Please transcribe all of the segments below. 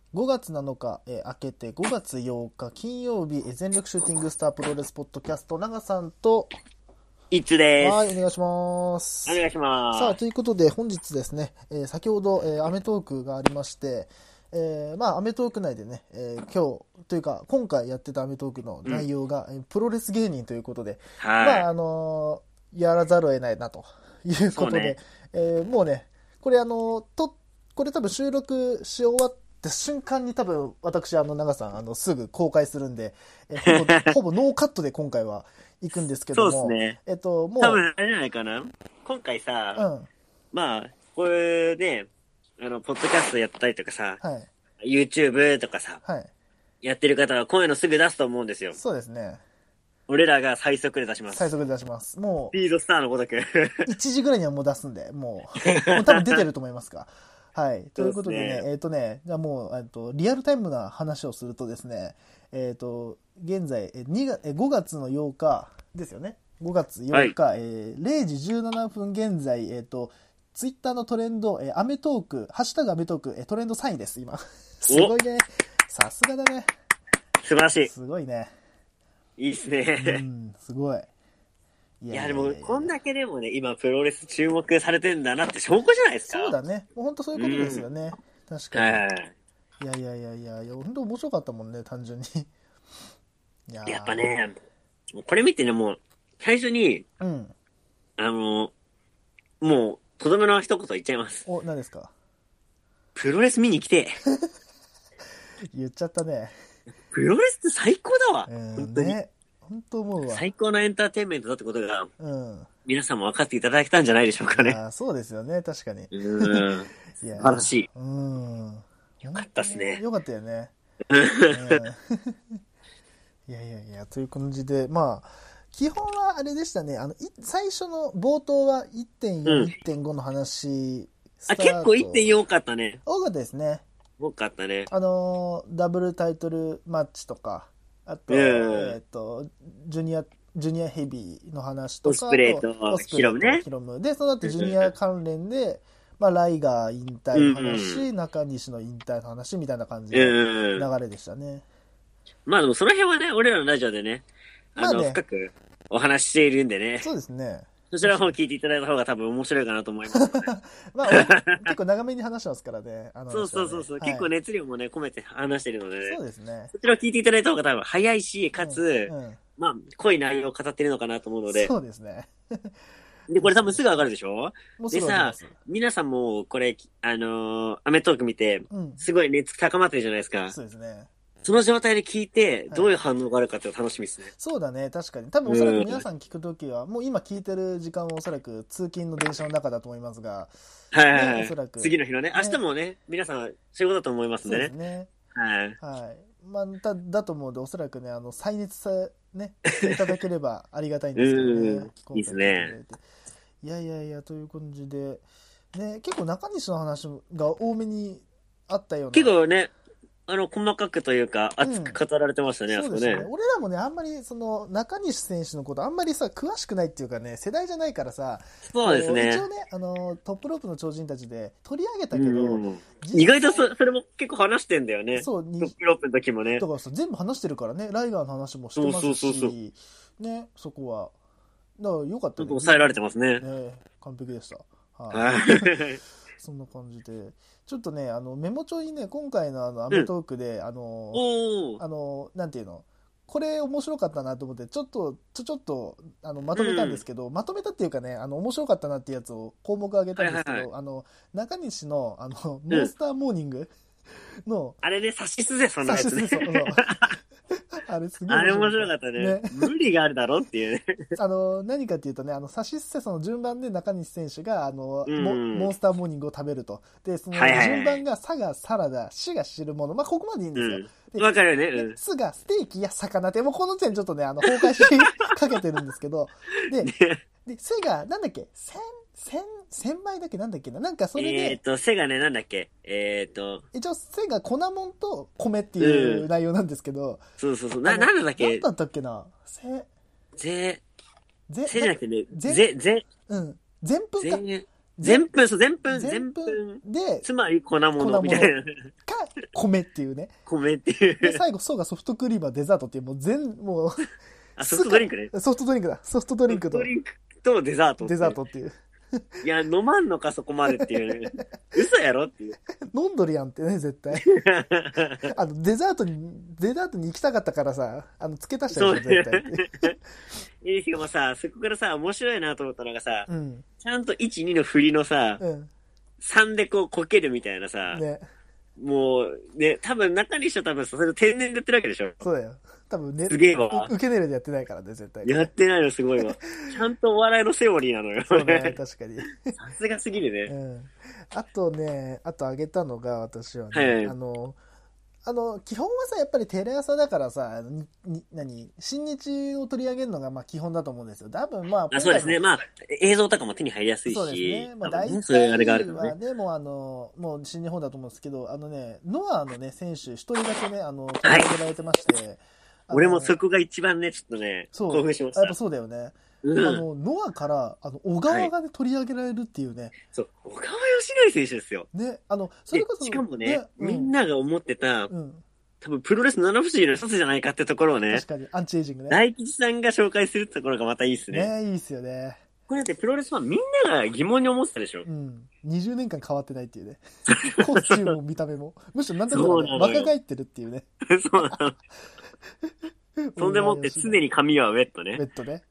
5月7日、明けて5月8日金曜日、全力シューティングスタープロレスポッドキャスト、長さんと、 いつではい、おす。 願いします。 お願いしさあ、 ます。 ということで本日ですね、先ほど、アメトークがありまして、アメトーク内でね、今日、というか、今回やってたアメトークのうん。 内容が、プロレス芸人ということで、 はい。 やらざるを得ないな、ということで、 そうね。 もうね、これこれ多分収録し終わった瞬間に多分私、長さん、すぐ公開するんで、ほぼノーカットで今回は行くんですけどそうですも、 ね。多も分、あれじゃないかな。今回う、うさ、 ん、 まあ、これで、ポッドキャストやったりとかさ、 はい、 YouTube とかさ、 はい。 やってる方はこういうのすぐ出すと思うんですよ。 そうですね。 俺らが最速で出します。 最速で出します。もスピードスターのごとく。 う、1時ぐらいにはもう出すんで、もう多分出てると思いますが。はい。とそういうことでですね。 ね、じゃあもう、リアルタイムな話をするとですね、現在、5月の8日ですよね。5月8 はい。 日、0時17分現在、ツイッターのトレンド、アメトーク、ハッシュタグアメトーク、トレンド3位です、今。すお、 ごいね。さすがだね。 素晴らしすごいね。 い。いいっすうね。 ん、すごい。いいや、 やいでも、 やいやいやいや。 こんだけでもね、今、プロレス注目されてんだなって証拠じゃないですか。 そうだね。もう本当そういううことですよん。 ね。確かに。 はい。 いやいやいやいやいや、本当面白かったもんね、単純に。いややっぱね、これ見てね、もう、最初に、 ー、うん。 あの、もう、とどめの一言言っちゃいます。 お、何ですか？ プロレス見に来て。 言っちゃったね。 プロレスって最高だわ。 うん、 本当に。 ね。本当思うわ。 最高のエンターテインメントだってことが、 うん。 皆さんも分かっていただけたんじゃないでしょうかね。 いやー、そうですよね、確かに。 うーん。 いや素晴らしい。 ー、うん。 よかったっす本当ね、 ね。 よかったよね。うん。いやいやいや、という感じで、基本はあれでしたね。最初の冒頭は1.4、 うん。 1.5の話、スあ、 タ結構1.4 ート、 多かったね。 多かったですね。 多かったね。 ダブルタイトルマッチとか、あうと、 ん。 ジュニア、ジュニアヘビーの話とか、 オスプあと、 レイとオスプレイとヒロムね。 ヒロム。で、その後うジュニア関連で、ライガー引退のん。 話、中西の引退の話みたいな感じのうん。 流れでしたね。 まあでもその辺はね、俺らのラジオでね、 まあね、 深くお話ししているんでね。 そうですね。 そちらの方確かに。 聞いていただいた方が多分面白いかなと思いますので。 結構長めに話してますからね、あのそう話はね。 そうそうそう。 はい。 結構熱量もね、込めて話してるのでそうね。 ですね。 そちらを聞いていただいた方が多分早いし、 うん、 かつ、 うん。 まあ、濃い内容を語ってるのかなと思うので。 そうですね。 で、これ確かに。 多分すぐ上がるでしょ？ もうすでさ、 ぐ上げます。 皆さんもこれ、アメトーク見て、 うん。 すごい熱高まってるじゃないですか。 そうですね。 その状態で聞いて、 はい。 どういう反応があるかっていうの楽しみですね。 そうだね、確かに。多分おそらくうん。 皆さん聞くときは、もう今聞いてる時間はおそらく通勤の電車の中だと思いますが、 はいはいね、おはい。 そらく、 次の日のね、明日ね、 もね、皆さん仕事だと思いますんそうでね。 ですね。 はい。 はい。だと思うので、おそらくね、再熱ね、していただければありがたいんですけどうん。 ね。 いいっす今回聞いていただね。 いて。いやいやいや、という感じで、ね、結構中西の話が多めにあったような。 結構ね、細かくというか、熱うん。 く語られてましたね、あそうでしたね。 そこね。 俺らもね、あんまり、中西選手のこと、あんまりさ、詳しくないっていうかね、世代じゃないからさ、 そうですね。 一応ね、トップロープの超人たちで取り上げたけど、 うん。意外と実際、 それも結構話してんだよね。 そう、 トップロープの時もね。 だからさ、全部話してるからね、ライガーの話もしてそうますそうそうそう。 し、ね、そこは。だからよかったね。 ちょっと抑えられてますね。 ね、完璧でした。はい。 はい。 そんな感じで。ちょっとね、メモ帳にね、今回のアメうん。 トークで、 おー。 なんていうの、これ面白かったなと思って、ちょっと、まとめたんですうん。 けど、まとめたっていうかね、面白かったなっていうやつを項目挙げたはいはいはい。 んですけど、中西の、 うん。 モンスターモーニングの、 あれね、差しすぜ、そんなやつね。 サシスそう、そう。あれすげえあれ面面白かった。 白かったね。 ね。 無理があるだろっていうね。 何かっていうとね、サシッセソの順番で中西選手が、 うモンん。 スターモーニングを食べると。で、そはいのはいはい。 順番が、サがサラダ、シが汁物。まあ、ここまでいいんですよ。 うん。 で、 わかるよね。 で、 うん。 ツがステーキや魚って、もうこの時点ちょっとね、崩壊しかけてるんですけど、で、 ね。 セが、なんだっけ、千枚だっけなんだっけな。なんかそれで、 背がね、なんだっけ。 一応セが粉もんと米っていううん。 内容なんですけど、 そうそうそう。なんだっけ。 なんだったっけな。 ぜ、 ぜ、な、 せじゃなくてね、 全、うん。全粉か。 全、 全、 全分、そう、全分、全全粉分。 で、 つまり粉粉物みたい物。 な。 米っていうね。 米っていう。 で、最後、そうがソフトクリームはデザートっていう、もう、 あ、ソフトドリンクね。 ソフトドリンクだ。ソフトドリンクとソフトドリンクとデザート。 デザートっていう。 いや、飲まんのか、そこまでっていうね。嘘やろっていう。 飲んどるやんってね、絶対。デザートに行きたかったからさ、付け足したでしょ、絶対って。 しかもさ、そこからさ、面白いなと思ったのがさ、 うん。 ちゃんと1、2の振りのさ、 うん。 3でこうこけるみたいなさ、 ね。 もう、ね、多分中西と多分それ天然でやってるわけでしょ。 そうだよ。多分ね、 すげえわ。 受け狙いでやってないからね、絶対。 やってないのすごいわ。ちゃんとお笑いのセオリーなのよ。 そうね、確かに。 さすがすぎるね。 うん。あとあげたのが、私はね、 はい基本はさ、やっぱりテレ朝だからさ、新日を取り上げるのがまあ基本だと思うんですよ。多分まあ、 あ、そうですね。まあ、映像とかも手に入りやすいし。 そうですね。まあ大そういうあれがあ体るからね。 はね、もう新日本だと思うんですけど、ノアのね、選手一人だけね、取り上げられてまして、 俺もそこが一番ね、ちょっとね、 そう、 興奮しました。 やっぱそうだよね。ノアから、小川がね、取り上げられるっていうね。 そう、小川義成選手ですよ。 ね、それこそ。 しかもね、みんなが思ってた、多分プロレス七不思議の一つじゃないかってところをね、 確かに、アンチエイジングね。 大吉さんが紹介するってところがまたいいっすね。 ね、いいっすよね。 これだってプロレスはみんなが疑問に思ってたでしょ。 20年間変わってないっていうね。コスチュームも見た目も。むしろなんだろうね、若返ってるっていうね。 そうなの。そんでもって常に髪はウェットね。 ウェットね。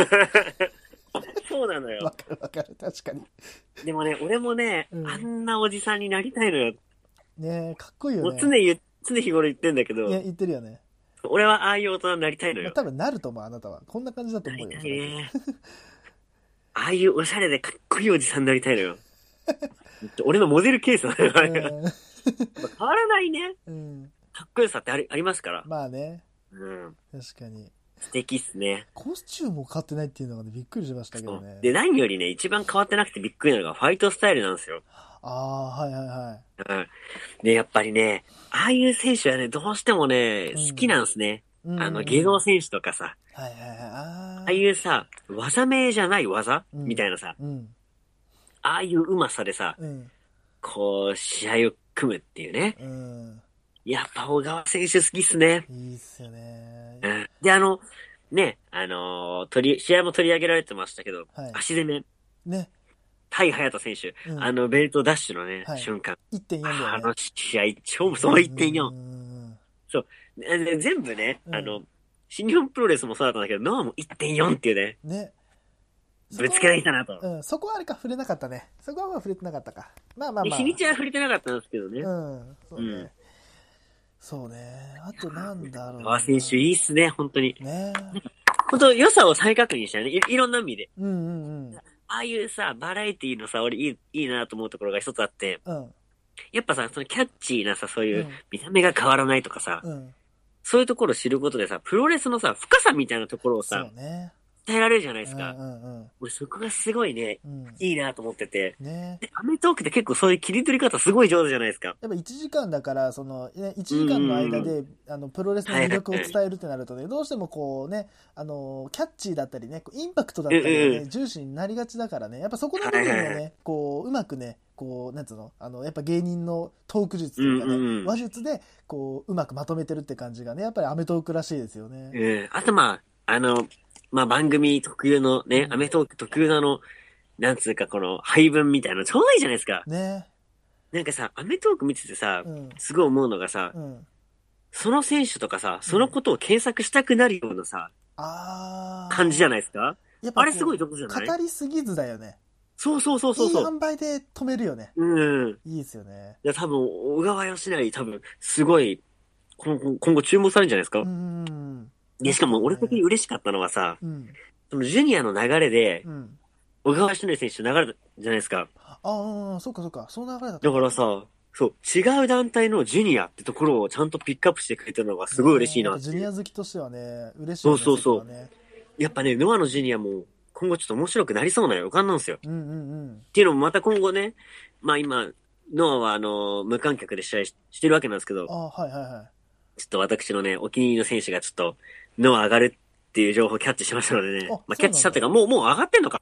そうなのよ。 わかる、確かに。 でもね、俺もね、あんなおじさんになりたいのよ。 ねえ、かっこいいよね。 もう常日頃言ってんだけど。 いや、言ってるよね。 俺はああいう大人になりたいのよ。 多分なると思う、あなたは。こんな感じだと思うよ。 なりたいね。ああいうおしゃれでかっこいいおじさんになりたいのよ。俺のモデルケースなのよ。変わらないね。かっこよさってありますから。 まあね。 確かに。 素敵っすね。 コスチュームを買ってないっていうのがね、びっくりしましたけどね。 で、何よりね、一番変わってなくてびっくりなのがファイトスタイルなんですよ。 ああ、はいはいはい。 で、やっぱりね、ああいう選手はね、どうしてもね、好きなんですね。芸能選手とかさ。 はいはいはい。 ああいうさ、技名じゃない技みたいなさ。ああいううまさでさ、こう、試合を組むっていうね。やっぱ小川選手好きっすね。 いいっすよね。 で、ね、試合も取り上げられてましたけど、足攻め。 ね。 対隼人選手、ベルトダッシュのね、瞬間。 1.4 だよね。 試合、超そう1.4。そう。全部ね、新日本プロレスもそうだったんだけど、ノアも1.4っていうね。 ね。 ぶつけてきたなと。 そこはあれか、触れなかったね。そこはまあ触れてなかったか。まあまあまあ。 日にちは触れてなかったんですけどね。 そうね。そうね。あとなんだろう。 川選手いいっすね、本当に。 ね。 本当良さを再確認したね。いろんな意味で。ああいうさ、バラエティのさ、俺いいなと思うところが一つあって。やっぱさ、そのキャッチーなさ、そういう見た目が変わらないとかさ、そういうところを知ることでさ、プロレスのさ、深さみたいなところをさ、伝えられるじゃないですか。俺そこがすごいね、いいなと思ってて。で、アメトークって結構そういう切り取り方すごい上手じゃないですか。 やっぱ1時間だから、1時間の間で、プロレスの魅力を伝えるってなるとね、どうしてもこうね、キャッチーだったりね、インパクトだったりね、重視になりがちだからね、やっぱそこの部分をね、こう、うまくね、こう、なんつうの、やっぱ芸人のトーク術というかね、話術で、こう、うまくまとめてるって感じがね、やっぱりアメトークらしいですよね。 あとまあ、番組特有のね、アメトーク特有のなんつうかこの配分みたいなのちょうどいいじゃないですか。 ね。 なんかさ、アメトーク見ててさ、すごい思うのがさ、その選手とかさ、そのことを検索したくなるようなさ、感じじゃないですか。あれすごいとこじゃない？ 語りすぎずだよね。 そう。いい塩梅で止めるよね。いいですよね。 いや、多分、小川義成多分、すごい、今後注目されるんじゃないですか。で、しかも俺的に嬉しかったのはさ、そのジュニアの流れで、小川義成選手流れたじゃないですか。 そっか。その流れだった。 だからさ、そう、違う団体のジュニアってところをちゃんとピックアップしてくれてるのがすごい嬉しいなって。 ジュニア好きとしてはね、嬉しいね。 そう。やっぱね、ノアのジュニアも今後ちょっと面白くなりそうな予感なんですよ。っていうのもまた今後ね、まあ今、ノアは無観客で試合してるわけなんですけど、ちょっと私のね、お気に入りの選手がちょっと、ノア上がるっていう情報をキャッチしましたのでね、まあキャッチしたっていうか、もう上がってんのか。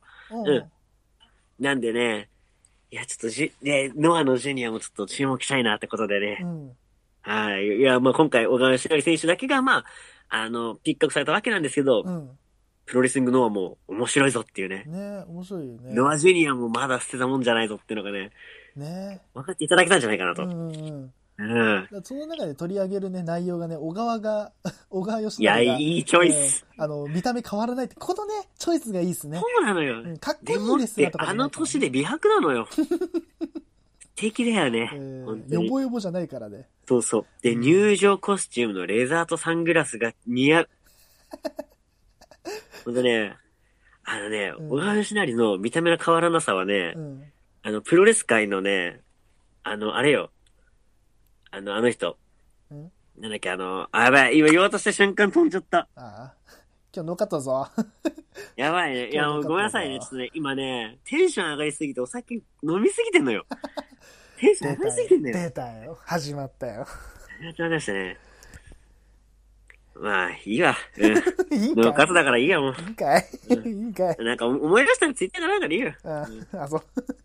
なんでね、いや、ちょっとノアのジュニアもちょっと注目したいなってことでね。 はい。いや、まあ今回、小川義成選手だけが、まあ、ピックアップされたわけなんですけど、プロレスリングノアも面白いぞっていうね。 ね、面白いよね。 ノアジュニアもまだ捨てたもんじゃないぞっていうのがね、分かっていただけたんじゃないかなと。 その中で取り上げるね、内容がね、小川義成が。いや、いいチョイス。 見た目変わらないって、このね、チョイスがいいっすね。 そうなのよ。 かっこいいですよ、 あの年で美白なのよ。素敵だよね。 よぼよぼじゃないからね。 そうそう。で、入場コスチュームのレザーとサングラスが似合う。ほんとね、小川義成の見た目の変わらなさはね、プロレス界のね、あれよ。あの人。なんだっけ、やばい、今言おうとした瞬間飛んじゃった。 今日ノーカットだぞ。 やばいね。いや、もうごめんなさいね。ちょっとね、今ね、テンション上がりすぎてお酒飲みすぎてんのよ。テンション上がりすぎてんのよ。 出たよ。始まったよ。 始まりましたね。まあ、いいわ。いいんかい。ノーカットだからいいや、もう。 いいかい。いいかい。 なんか思い出したらツイッターかなんかでいいよ。 そう。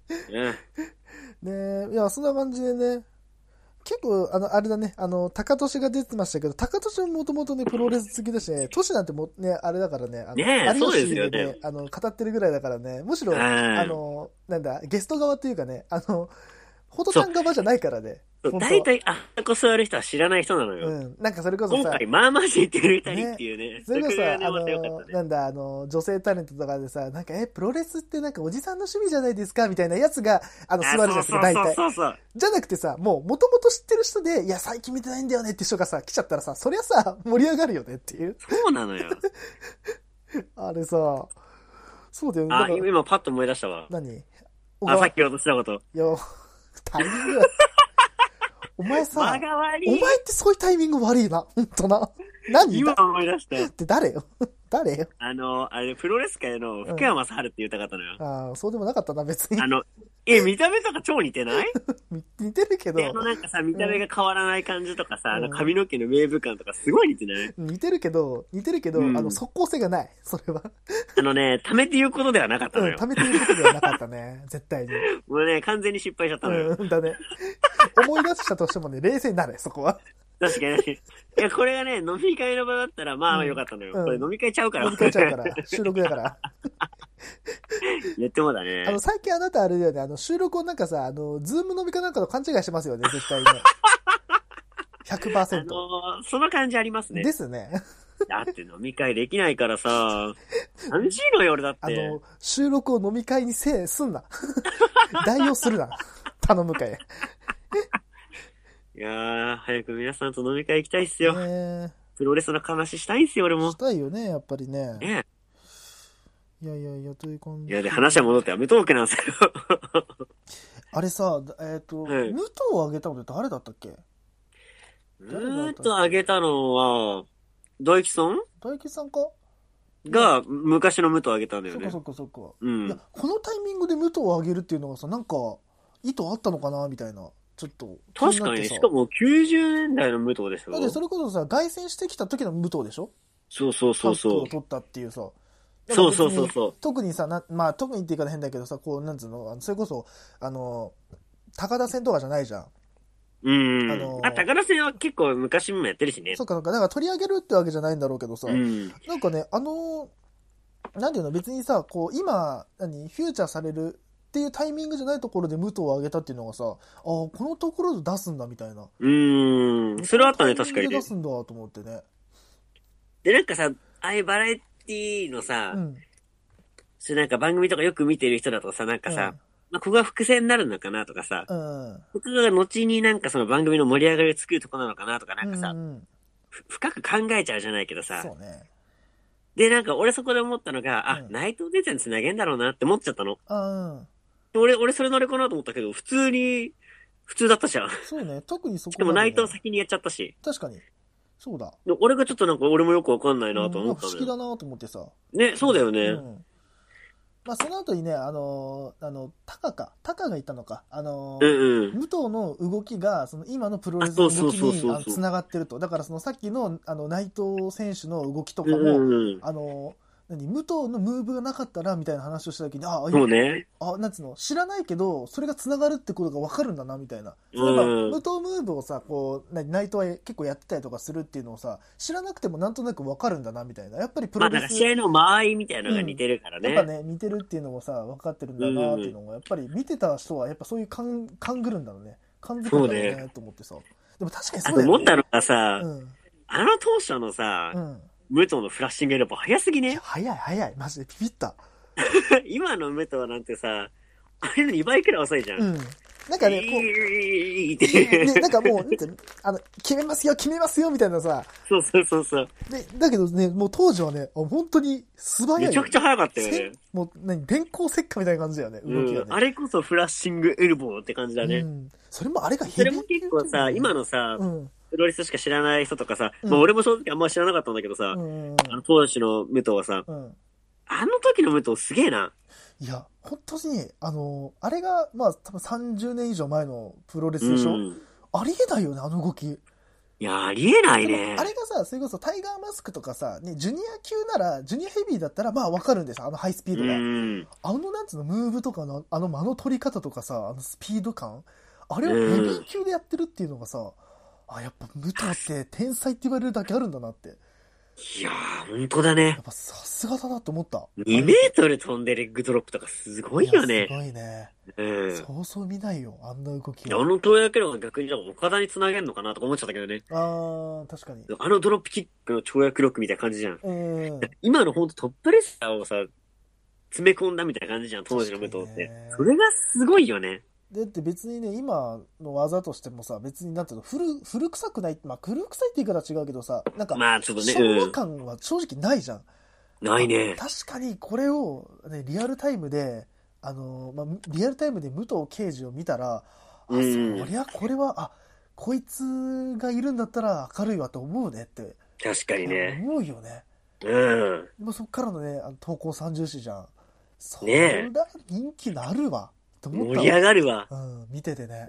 ねいや、そんな感じでね。結構、あれだね、高俊が出てましたけど、高俊ももともとね、プロレス好きだしね、俊なんてもね、あれだからね、 有吉でね、語ってるぐらいだからね、むしろ、なんだ、ゲスト側っていうかね、ホトさん側じゃないからね。 大体、あそこ座る人は知らない人なのよ。 なんかそれこそさ、 今回、まあまあ知ってる二人っていうね。 それこそさ、なんだ、女性タレントとかでさ、なんか、プロレスってなんかおじさんの趣味じゃないですかみたいなやつが、座るじゃないですか、大体。じゃなくてさ、もともと知ってる人で、いや、最近見てないんだよねって人がさ、来ちゃったらさ、そりゃさ、盛り上がるよねっていう。 そうなのよ。 あれさ、そうだよね。 今パッと思い出したわ。 何さっき落としたこと。 いや、タイミングお前さ、お前ってそういうタイミング悪いな、ほんとな。何今思い出した。 って誰よ誰よプロレス界の福山雅治って言いたかったのよ。 そうでもなかったな、別に。 見た目とか超似てない似てるけど。 なんかさ、見た目が変わらない感じとかさ、髪の毛のウェーブ感とかすごい似てない似てるけど、即効性がない、それは。 溜めて言うことではなかったのよ。 溜めて言うことではなかったね、絶対に。 もうね、完全に失敗しちゃったのよ。 だね。思い出したとしてもね、冷静になれ、そこは。 確かに。いや、これがね、飲み会の場だったら、まあよかったのよ。これ飲み会ちゃうから。 飲み会ちゃうから。収録だから。 言ってもだね。 最近あなたあれだよね、収録をなんかさ、ズーム飲み会なんかと勘違いしてますよね、絶対に。100%。 その感じありますね。 ですね。 だって飲み会できないからさ、寂しいのよ、俺だって。 収録を飲み会にすんな。代用するな。頼むかい。 いやー、早く皆さんと飲み会行きたいっすよ。プロレスの話したいんすよ、俺も。 したいよね、やっぱりね。いや、という感じ。 いや、で、話は戻ってアメトークなんすよ。 あれさ、武藤をあげたのって誰だったっけ？ 武藤あげたのは、大吉さんかが、昔の武藤あげたんだよね。 そっか。いや、 このタイミングで武藤をあげるっていうのがさ、なんか、意図あったのかなみたいな。ちょっと。 確かにね、しかも90年代の武藤でしょ。 だってそれこそさ、凱旋してきた時の武藤でしょ？ そう。 タッグを取ったっていうさ。 そう。 特にさ、特にって言い方変だけどさ、こう、なんつうの、それこそ、高田戦とかじゃないじゃん。 高田戦は結構昔もやってるしね。 そっか。だから取り上げるってわけじゃないんだろうけどさ、なんかね、なんていうの、別にさ、こう、今、フューチャーされるっていうタイミングじゃないところで武藤を上げたっていうのがさ、このところで出すんだみたいな。 それはあったね、確かにね。 出すんだと思ってね。 で、なんかさ、ああいうバラエティのさ、それなんか番組とかよく見てる人だとさ、なんかさ、ここが伏線になるのかなとかさ、ここが後になんかその番組の盛り上がりを作るとこなのかなとかなんかさ、深く考えちゃうじゃないけどさ、 そうね。 で、なんか俺そこで思ったのが、内藤哲也に繋げんだろうなって思っちゃったの。俺それ乗れかなと思ったけど、普通だったじゃん。 そうね、特にそこ、 しかも内藤先にやっちゃったし。 確かに。そうだ。 俺がちょっとなんか俺もよくわかんないなと思ったのよ。 不思議だなと思ってさ。 ね、そうだよね。 その後にね、タカがいたのか。武藤の動きが、その今のプロレスの動きに繋がってると。だからそのさっきの、内藤選手の動きとかも、 武藤のムーブがなかったらみたいな話をした時に、 そうね。 なんつうの、知らないけど、それが繋がるってことが分かるんだな、みたいな。例えば、武藤ムーブをさ、こう、ナイトは結構やってたりとかするっていうのをさ、知らなくてもなんとなく分かるんだな、みたいな。やっぱりプロレス。 まあ、試合の間合いみたいなのが似てるからね。 やっぱね、似てるっていうのもさ、分かってるんだなっていうのが、やっぱり見てた人は、やっぱそういう勘ぐるんだろうね。感づくんだろうね、と思ってさ。でも確かにそうだよね。 思ったのがさ、あの当初のさ、武藤のフラッシングエルボー早すぎね。 早い。マジでビビった。 今の武藤なんてさ、あれの2倍くらい遅いじゃん。 なんかね、こう、なんかもう、決めますよ、みたいなさ。 そう。 だけどね、もう当時はね、本当に素早い。 めちゃくちゃ早かったよね。 もう、電光石火みたいな感じだよね、動きがね。 あれこそフラッシングエルボーって感じだね。 それもあれがそれも結構さ、今のさ、プロレスしか知らない人とかさ、まあ俺も正直あんま知らなかったんだけどさ、当時の武藤はさ、あの時の武藤すげえな。 いや、本当に、あれが、まあ、多分30年以上前のプロレスでしょ、ありえないよね、あの動き。いや、ありえないね。 あれがさ、それこそタイガーマスクとかさ、ね、ジュニア級なら、ジュニアヘビーだったら、まあわかるんですよ、あのハイスピードが。なんつうの、ムーブとかの、間の取り方とかさ、スピード感、あれをヘビー級でやってるっていうのがさ、やっぱ武藤って天才って言われるだけあるんだなって。 いやー、ほんとだね。 やっぱさすがだなって思った。 2メートル飛んでレッグドロップとかすごいよね。 すごいね。そうそう見ないよ、あんな動き。 あの跳躍力が逆に岡田に繋げるのかなとか思っちゃったけどね。 確かに。 あのドロップキックの跳躍力みたいな感じじゃん。今のほんとトップレスラーをさ、詰め込んだみたいな感じじゃん、当時の武藤って。それがすごいよね。 だって別にね、今の技としてもさ、別になんていうの、古臭くない、まあ古臭いって言い方は違うけどさ、なんか、 まあちょっとね、 昭和感は正直ないじゃん。 ないね。 確かにこれを、ね、リアルタイムで、リアルタイムで武藤敬司を見たら、そりゃこれは、こいつがいるんだったら明るいわと思うねって。 確かにね。 思うよね。もうそっからのね、投稿30誌じゃん。そりゃ人気なるわ。 盛り上がるわ。 見ててね。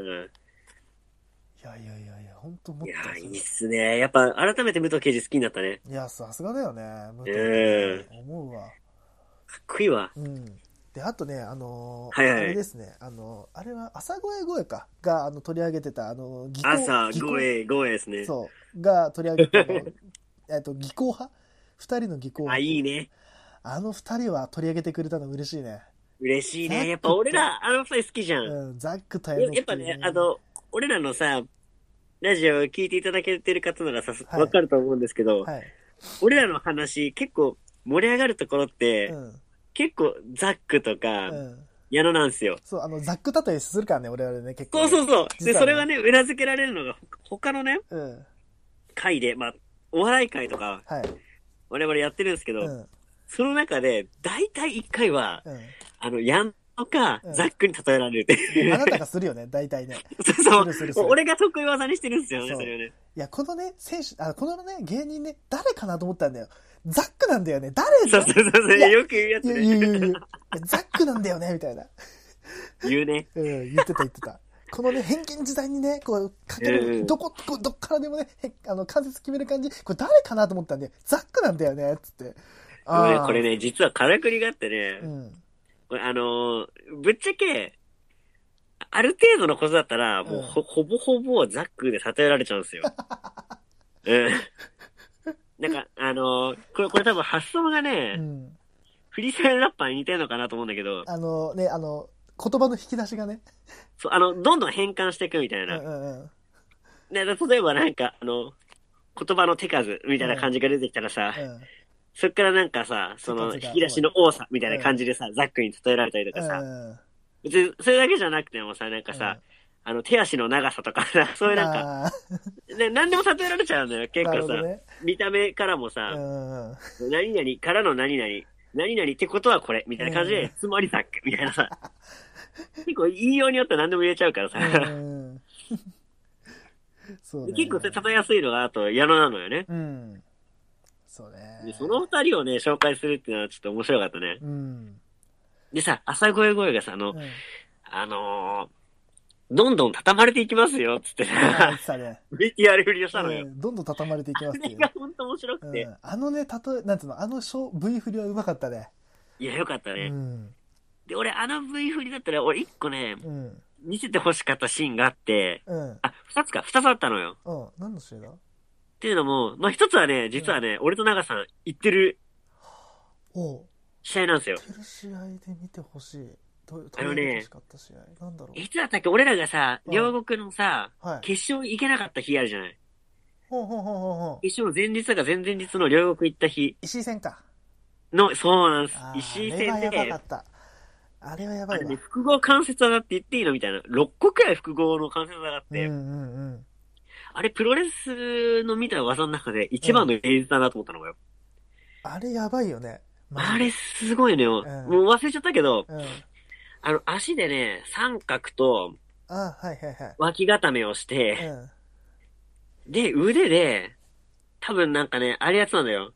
いや、本当思った。 いや、いいっすね。やっぱ、改めて武藤敬司好きになったね。 いや、さすがだよね。思うわ。かっこいいわ。 で、あとね、あれですね、あれは、朝声声か、が、取り上げてた、 朝声ですね。 そう、が取り上げた技巧派二人の技巧派。 いいね。 あの二人は取り上げてくれたの嬉しいね。 嬉しいね。やっぱ俺ら、あの二人好きじゃん。 ザックとやっぱね、俺らのさ、ラジオ聞いていただけてる方ならわかると思うんですけど、俺らの話、結構盛り上がるところって、結構ザックとか、矢野なんですよ。 そう、ザック例えするからね、俺々ね、結構。 そう。で、それがね、裏付けられるのが、他のね、回で、まあ、お笑い会とか、我々やってるんですけど、その中で、だいたい1回は、矢野か、ザックに例えられるって。 あなたがするよね、大体ね。 そう。俺が得意技にしてるんですよね、それをね。 いや、このね、このね、芸人ね、誰かなと思ったんだよ。ザックなんだよね。誰そう。よく言うやつね。 言う。ザックなんだよね、みたいな。 言うね。 言ってた。このね、変幻自在にね、こう、かける、どっからでもね、関節決める感じ、これ誰かなと思ったんで、ザックなんだよね、つって。 これね、実はからくりがあってね、これぶっちゃけ、ある程度のことだったら、もうほぼほぼザックで例えられちゃうんですよ。なんか、これ多分発想がね、フリースタイルラッパーに似てるのかなと思うんだけど、 言葉の引き出しがね。 そう、どんどん変換していくみたいな。例えばなんか、言葉の手数みたいな感じが出てきたらさ、そっからなんかさ、その、引き出しの多さみたいな感じでさ、ザックに例えられたりとかさ、別にそれだけじゃなくてもさ、なんかさ、手足の長さとかさ、そういうなんか、何でも例えられちゃうんだよ。結構さ、見た目からもさ、何々からの何々、何々ってことはこれ、みたいな感じで、つまりザック、みたいなさ、結構言いようによって何でも言えちゃうからさ、結構例えやすいのが、あと、矢野なのよね。 そうね。 で、その二人をね、紹介するっていうのはちょっと面白かったね。でさ、朝声声がさ、 どんどん畳まれていきますよ、つって言ってたね。 VTR 振りをしたのよ。 どんどん畳まれていきますっていう。 あれがほんと面白くて。 あのね、なんつうの、V 振りはうまかったね。 いや、よかったね。で、俺、あの V 振りだったら、俺一個ね、見せて欲しかったシーンがあって、二つあったのよ。 何の試合だっていうのも、まあ、一つはね、実はね、俺と長さん行ってる試合なんですよ。 行ってる試合で見てほしい。 あのね、 いつだったっけ、俺らがさ、両国のさ、決勝行けなかった日あるじゃない。決勝の前日か前々日の両国行った日。 石井戦か。 そうなんです。石井戦で。 あれはやばかった。あれはやばいわ。 複合関節技って言っていいのみたいな。6個くらい複合の関節技があって。あれ、プロレスの見た技の中で一番の芸術だなと思ったのよ。 あれやばいよね。 あれすごいのよ。もう忘れちゃったけど、足でね、三角と、脇固めをして、で、腕で、多分なんかね、あれやつなんだよ。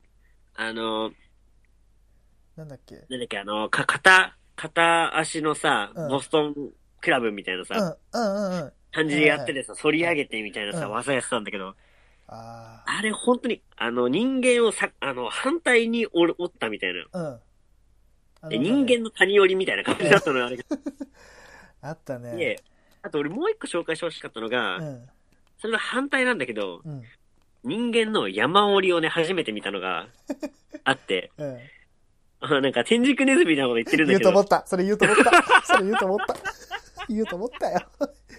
なんだっけ、 片足のさ、ボストンクラブみたいなさ、感じでやっててさ、反り上げてみたいなさ、技やってたんだけど、あれ本当に、人間を反対に折ったみたいな。人間の谷折りみたいな感じだったのよ、あれが。 あったね。 で、あと俺もう一個紹介してほしかったのが、それの反対なんだけど、人間の山折りをね、初めて見たのがあって、なんか天竺ネズミみたいなこと言ってるんだけど。 言うと思った。それ言うと思った。言うと思ったよ。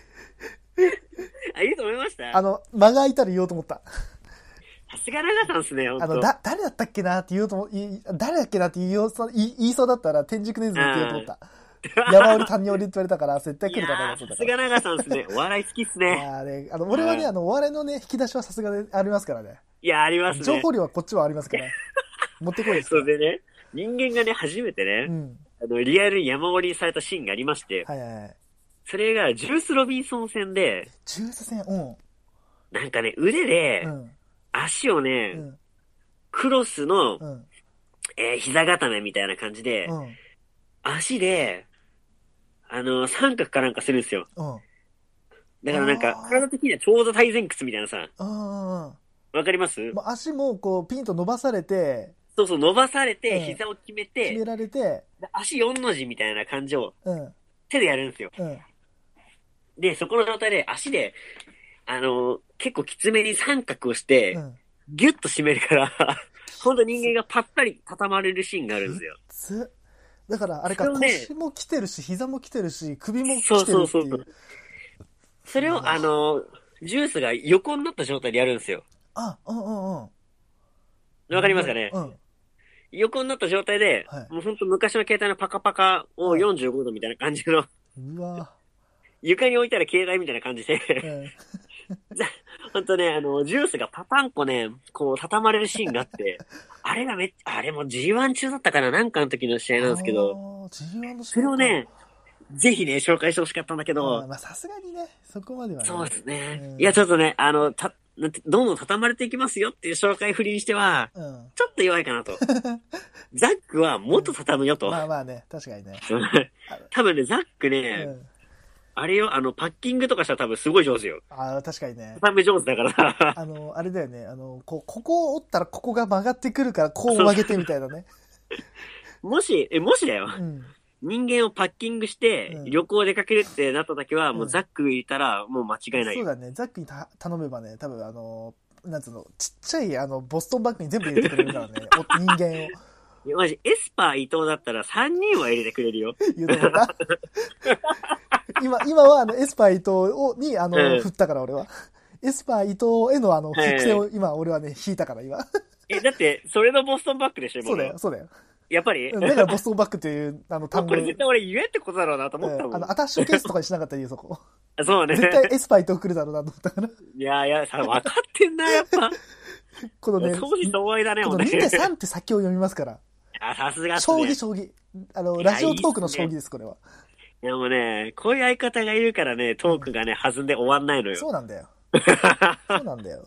言うと思いました？ 間が空いたら言おうと思った。 さすが長さんっすね、ほんと。 誰だったっけなって誰だっけなって言いそうだったら天竺ネズミって言おうと思った。山折り谷折りって言われたから絶対来るかなと思った。 さすが長さんっすね。お笑い好きっすね。 俺はね、お笑いのね、引き出しはさすがでありますからね。 いや、ありますね。 情報量はこっちはありますから。持ってこいです。 そうでね、人間がね、初めてね、リアルに山折りされたシーンがありまして、それがジュース・ロビンソン戦で、なんかね、腕で、足をね、クロスの、膝固めみたいな感じで、足で、三角かなんかするんですよ。だからなんか、体的にはちょうど対前屈みたいなさ。わかります？ 足もこう、ピンと伸ばされて、 そうそう、伸ばされて、膝を決められて、 足4の字みたいな感じを、手でやるんですよ。で、そこの状態で足で、結構きつめに三角をして、ギュッと締めるから、ほんと人間がパッタリ畳まれるシーンがあるんですよ。 だから、あれか、腰も来てるし、膝も来てるし、首も来てるっていう。そう。 それを、ジュースが横になった状態でやるんですよ。わかりますかね？横になった状態で、もうほんと昔の携帯のパカパカを45度みたいな感じの、床に置いたら携帯みたいな感じで、ほんとね、ジュースがパパンコね、こう畳まれるシーンがあって、あれも G1 中だったかな、なんかの時の試合なんですけど、それをね、ぜひね、紹介してほしかったんだけど、 さすがにね、そこまではね。 そうですね。いや、ちょっとね、どんどん畳まれていきますよっていう紹介振りにしては、ちょっと弱いかなと。ザックはもっと畳むよと。 まあね、確かにね。 多分ね、ザックね、あれよ、パッキングとかしたら多分すごい上手よ。 確かにね。 畳む上手だから。 あれだよね、ここを折ったらここが曲がってくるから、こう曲げてみたいなね。 もしだよ。人間をパッキングして、旅行出かけるってなった時は、もうザックいたら、もう間違いないよ。 そうだね、ザックに頼めばね、多分なんつうの、ちっちゃいボストンバッグに全部入れてくれるからね、人間を。 いや、マジ、エスパー伊藤だったら3人は入れてくれるよ。 言うと思った。今はエスパー伊藤に、振ったから俺は。エスパー伊藤への伏線を今俺はね、引いたから今。 だって、それのボストンバッグでしょ、 そうだよ、そうだよ。 やっぱりだからボストンバッグっていう単語。 これ絶対俺言えってことだろうなと思ったもん。 アタッシュケースとかにしなかったらいいよ、そこ。 そうね。 絶対エスパー伊藤来るだろうなと思ったから。 いや、分かってんな、やっぱ。 このね、 当時相愛だね、 この2手3手先を読みますから。 さすが。 将棋。ラジオトークの将棋です、これは。 いやもうね、こういう相方がいるからね、トークがね、弾んで終わんないのよ。 そうなんだよ。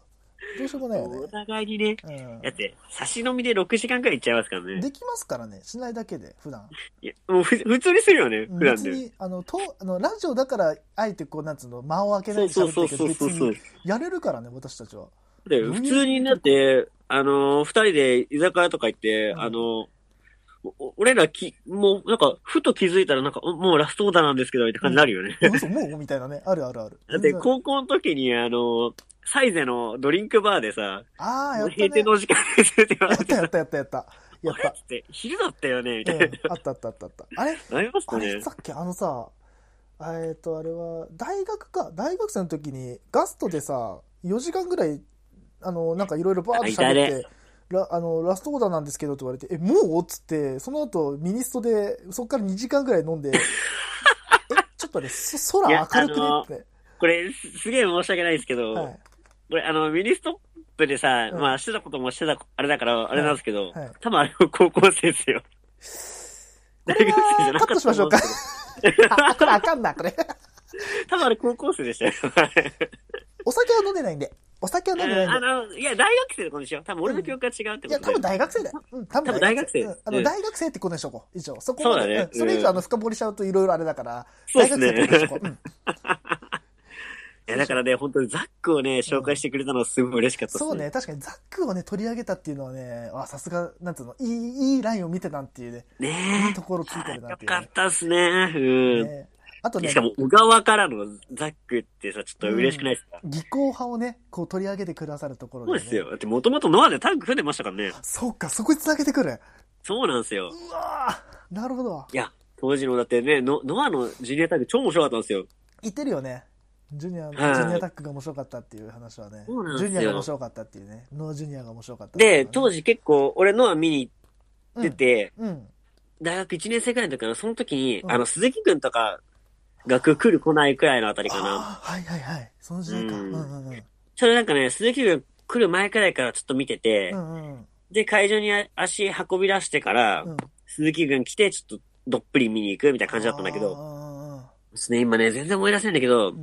どうしようもないよね。 お互いにね、だって、差し飲みで6時間くらい行っちゃいますからね。 できますからね、しないだけで、普段。 いや、もう普通にするよね、普段で。別に、 ラジオだから、あえてこう、なんつうの、間を空けないで喋ってるけど、別に、やれるからね、私たちは。 で、普通になって、二人で居酒屋とか行って、俺らもう、なんか、ふと気づいたら、なんか、もうラストオーダーなんですけど、みたいな感じになるよね。 嘘、もうみたいなね。あるあるある。 だって、高校の時に、サイゼのドリンクバーでさ、 やったね。 閉店の時間ですって言われて。 やった。やった。 って、昼だったよね、みたいな。 あった。あれありましたね。 あれさっきさ、あれは、大学生の時に、ガストでさ、4時間ぐらい、なんかいろいろバーって喋って、ラストオーダーなんですけどって言われて、もうっつって、その後ミニストで、そっから2時間ぐらい飲んで、ちょっとね、空明るくねって。 これ、すげえ申し訳ないですけど、これミニストップでさ、まあしてたこともしてた、あれだから、あれなんですけど、多分あれは高校生ですよ。 大学生じゃなかった。カットしましょうか。これあかんな、これ。 多分あれ高校生でしたよ。 お酒は飲んでないんで。いや、大学生ってことでしょ。多分俺の記憶が違うってことで。 いや、多分大学生だよ。多分大学生。 大学生ってことにしとこう。以上。そこまで。 それ以上深掘りしちゃうといろいろあれだから、 大学生ってことにしとこう。いや、だからね、本当にザックをね、紹介してくれたのはすごい嬉しかったですね。 そうね、確かにザックをね、取り上げたっていうのはね、さすが、なんつうの、いいラインを見てたっていうね。 ねいいところ聞いてるなっていう。 よかったっすね。あとね。しかも、小川からのザックってさ、ちょっと嬉しくないですか？ 技巧派をね、こう取り上げてくださるところで、 そうですよ。だってもともとノアでタッグ組んでましたからね。 そうか、そこに繋げてくる。 そうなんですよ。 うわー、なるほど。 いや、当時のだってね、ノアのジュニアタッグ超面白かったんですよ。 言ってるよね。ジュニアタックが面白かったっていう話はね。 そうなんですよ。 ジュニアが面白かったっていうね。ノアジュニアが面白かった、 で、当時結構、俺ノア見に行ってて、大学1年生くらいの時かな、その時に、鈴木くんとか、が来る来ないくらいのあたりかな。 はい。その時代か。 それなんかね、鈴木が来る前くらいからちょっと見てて、で、会場に足運び出してから、鈴木軍来て、ちょっとどっぷり見に行くみたいな感じだったんだけど、ですね、今ね、全然思い出せないんだけど、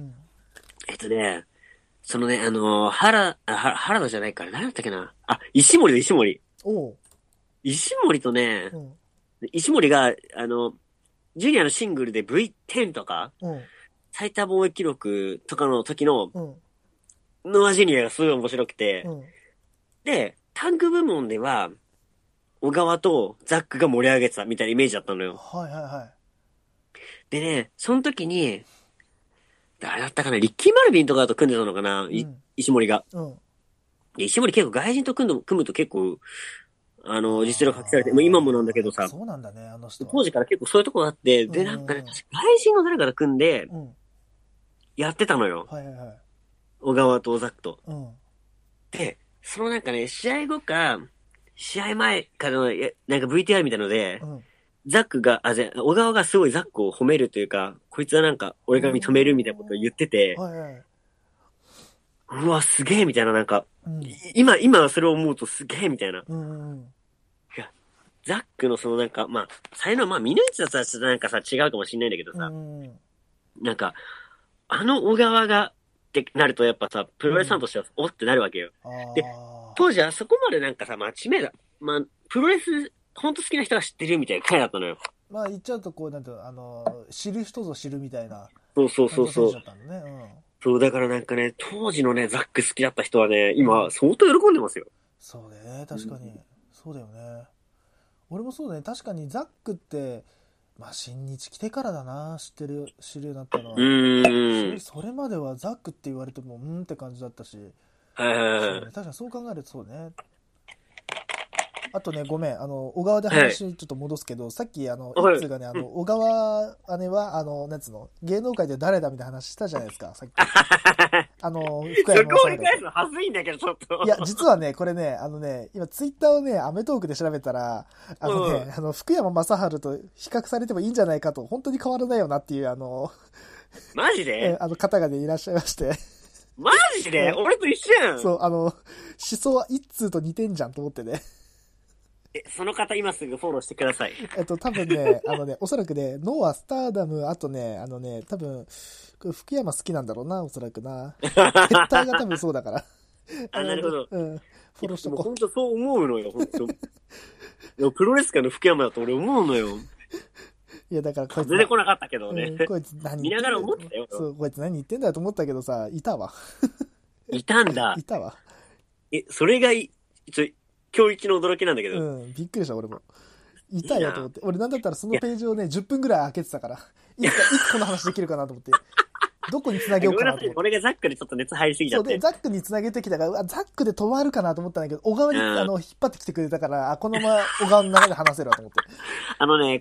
そのね、原田じゃないから、何だったっけな。石森。石森とね、石森が、ジュニアのシングルで V10 とか、最多防衛記録とかの時の、ノアジュニアがすごい面白くて、で、タンク部門では、小川とザックが盛り上げてたみたいなイメージだったのよ。でね、その時に、誰だったかな、リッキー・マルビンとかと組んでたのかな、石森が。石森結構外人と組むと結構、実力発揮されて、今もなんだけどさ、 そうなんだね、あの人。 当時から結構そういうとこがあって、で、なんかね、外人の誰かと組んで、やってたのよ。小川とザックと。で、そのなんかね、試合後か、試合前かの、なんか VTR みたいので、ザックが、小川がすごいザックを褒めるというか、こいつはなんか、俺が認めるみたいなことを言ってて、うわ、すげえみたいな、なんか、今それを思うとすげえみたいな。いや、ザックのそのなんか、まあ、才能はまあ、見抜いてたさ、なんかさ、違うかもしんないんだけどさ、なんか、小川が、ってなるとやっぱさ、プロレスファンとしては、おってなるわけよ。で、当時はそこまでなんかさ、まあ、知名度、まあ、プロレス、ほんと好きな人が知ってるみたいな回だったのよ。 まあ、言っちゃうとこう、なんて知る人ぞ知るみたいな。 そう。そう、だからなんかね、当時のね、ザック好きだった人はね、今、相当喜んでますよ。 そうね、確かに。そうだよね。俺もそうだね、確かにザックって、まあ、新日来てからだな、知るようになったのは。それまではザックって言われても、って感じだったし。確かにそう考えるとそうね。あとね、ごめん、小川で話ちょっと戻すけど、さっき、一通がね、小川姉は、なんつうの、芸能界で誰だみたいな話したじゃないですか、さっき。 福山そこに返すのはずいんだけど、ちょっと。 いや、実はね、これね、今、ツイッターをね、アメトーークで調べたら、福山雅治と比較されてもいいんじゃないかと、本当に変わらないよなっていう、 マジで方がね、いらっしゃいまして。 マジで俺と一緒やん。 そう、思想は一通と似てんじゃんと思ってね。 その方今すぐフォローしてください。 多分ね、おそらくね、ノア、スターダム、あとね、多分、福山好きなんだろうな、おそらくな。ヘッダーが多分そうだから。 なるほど。 うん。フォローしとこう。 本当そう思うのよ、本当。プロレス界の福山だと俺思うのよ。 いや、だからこいつ。 出てこなかったけどね。 こいつ何見ながら思ってたよ。 そう、こいつ何言ってんだと思ったけどさ、いたわ。 いたんだ。 いたわ。 それが今日一の驚きなんだけど。 うん、びっくりした、俺も。いたよと思って。俺なんだったらそのページをね、10分ぐらい開けてたから、いつこの話できるかなと思って。どこに繋げようかなと思って。 俺がザックでちょっと熱入りすぎちゃって。 そうで、ザックに繋げてきたから、ザックで止まるかなと思ったんだけど、小川に、引っ張ってきてくれたから、このまま小川の中で話せるわと思って。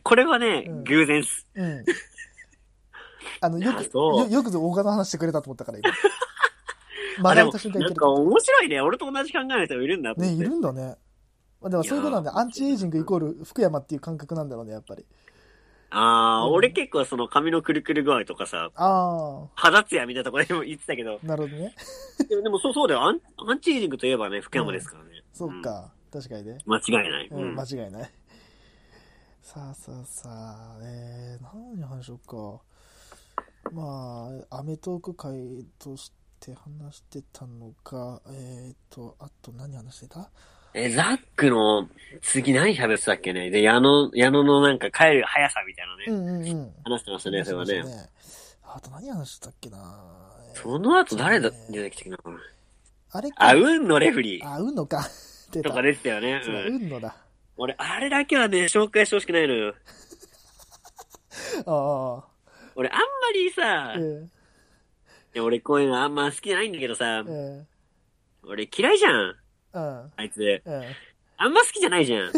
これはね、偶然っす。 うん。よくぞ小川の話してくれたと思ったから今。 まだいた瞬間いける。なんか面白いね。俺と同じ考えの人がいるんだと思って。 ね、いるんだね。でもそういうことなんだ。アンチエイジングイコール福山っていう感覚なんだろうね、やっぱり。 俺結構その髪のくるくる具合とかさ、肌ツヤみたいなところでも言ってたけど。 なるほどね。 でもそうだよ。アンチエイジングといえばね、福山ですからね。 そうか。確かにね。 間違いない。 間違いない。さあ、何に話しようか。まあ、アメトーク会として話してたのが、あと何話してた？ ザックの次何喋ってたっけね。で、矢野のなんか帰る速さみたいなね。話してましたね、それはね。 あと何話してたっけな。 その後誰だ出てきたっけな。 あれ運のレフリー。運のか。 とかですよね。 運のだ。 俺、あれだけはね、紹介してほしくないのよ。俺、あんまりさ、俺こういうのあんま好きじゃないんだけどさ、俺嫌いじゃん。あいつ。あんま好きじゃないじゃん。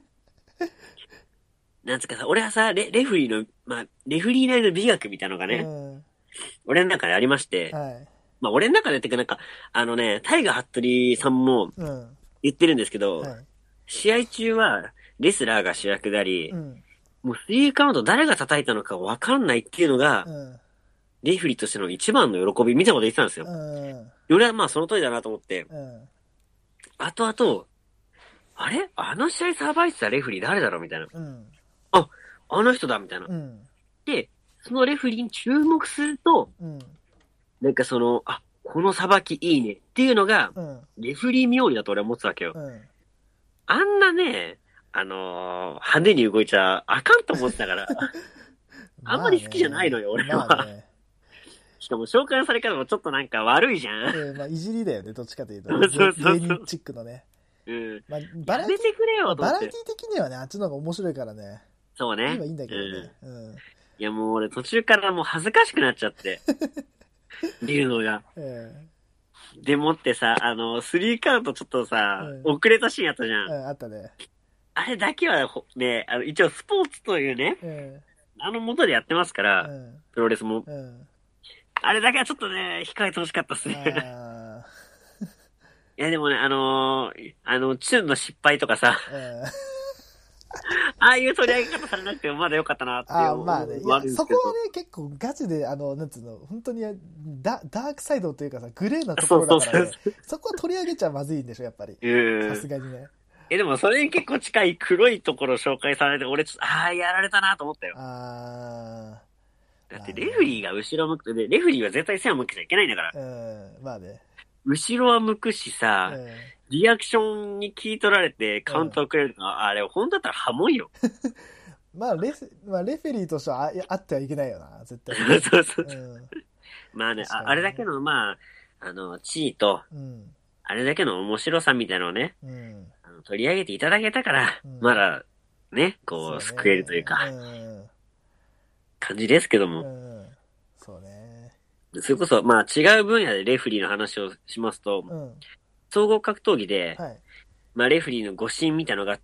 なんつうかさ、俺はさ、レフリーの、レフリーなりの美学みたいなのがね、俺の中でありまして、俺の中でってかなんか、タイガー・服部さんも言ってるんですけど、試合中はレスラーが主役であり、もう3カウント誰が叩いたのかわかんないっていうのが、レフリーとしての一番の喜びみたいなこと言ってたんですよ。俺はその通りだなと思って、後々、あれあの試合サバイてたレフリー誰だろうみたいな。あの人だみたいな。で、そのレフリーに注目すると、なんかこのさばきいいねっていうのが、レフリー冥利だと俺は思ってたわけよ。あんなね、派手に動いちゃあかんと思ってたから、あんまり好きじゃないのよ、俺は。しかも紹介のされ方もちょっとなんか悪いじゃん。 いじりだよね、どっちかというと。芸人チックのね。 バラエティくれよと思って。 バラエティ的にはね、あっちの方が面白いからね。 そうね。 いいんだけどね。 いやもう俺途中からもう恥ずかしくなっちゃって。見るのが。でもってさ、3カウントちょっとさ、遅れたシーンあったじゃん。 あったね。 あれだけはね、一応スポーツというね、元でやってますから、プロレスも。あれだけはちょっとね、控えてほしかったっすね。いやでもね、チュンの失敗とかさ、ああいう取り上げ方されなくてもまだ良かったなっていう。 そこはね、結構ガチで、なんつうの、本当にダークサイドというかさ、グレーなところだからね、そこは取り上げちゃまずいんでしょ、やっぱり。さすがにね。 でもそれに結構近い黒いところ紹介されて、俺ちょっと、やられたなと思ったよ。だってレフリーが後ろ向く、レフリーは絶対背を向けちゃいけないんだから。後ろは向くしさ、リアクションに聞い取られてカウントをくれるのは、あれ本当だったらハモいよ。 レフェリーとしてはあってはいけないよな、絶対。 そう。あれだけの、地位と、あれだけの面白さみたいなのをね、取り上げていただけたから、まだ、ね、救えるというか、感じですけども。 そうね。 それこそ、違う分野でレフリーの話をしますと、総合格闘技で、レフリーの誤審みたいなのがあって、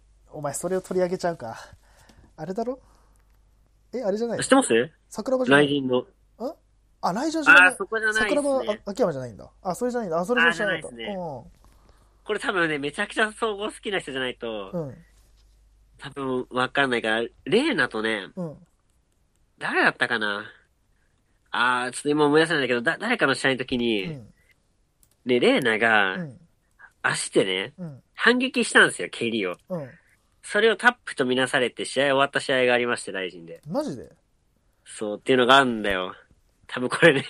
お前それを取り上げちゃうか。あれだろ？あれじゃない？ 知ってます？ 桜庭じゃない？ 雷神の。 雷神じゃない。 そこじゃないですね。 桜庭秋山じゃないんだ。それじゃないんだ。それじゃないんだ。 これ多分ね、めちゃくちゃ総合好きな人じゃないと、多分わかんないから、レーナとね、誰だったかな？ちょっと今思い出せないんだけど、誰かの試合の時に、レーナが、足でね、反撃したんですよ、蹴りを。それをタップとみなされて試合終わった試合がありまして、大臣で。 マジで？ そうっていうのがあるんだよ。多分これね。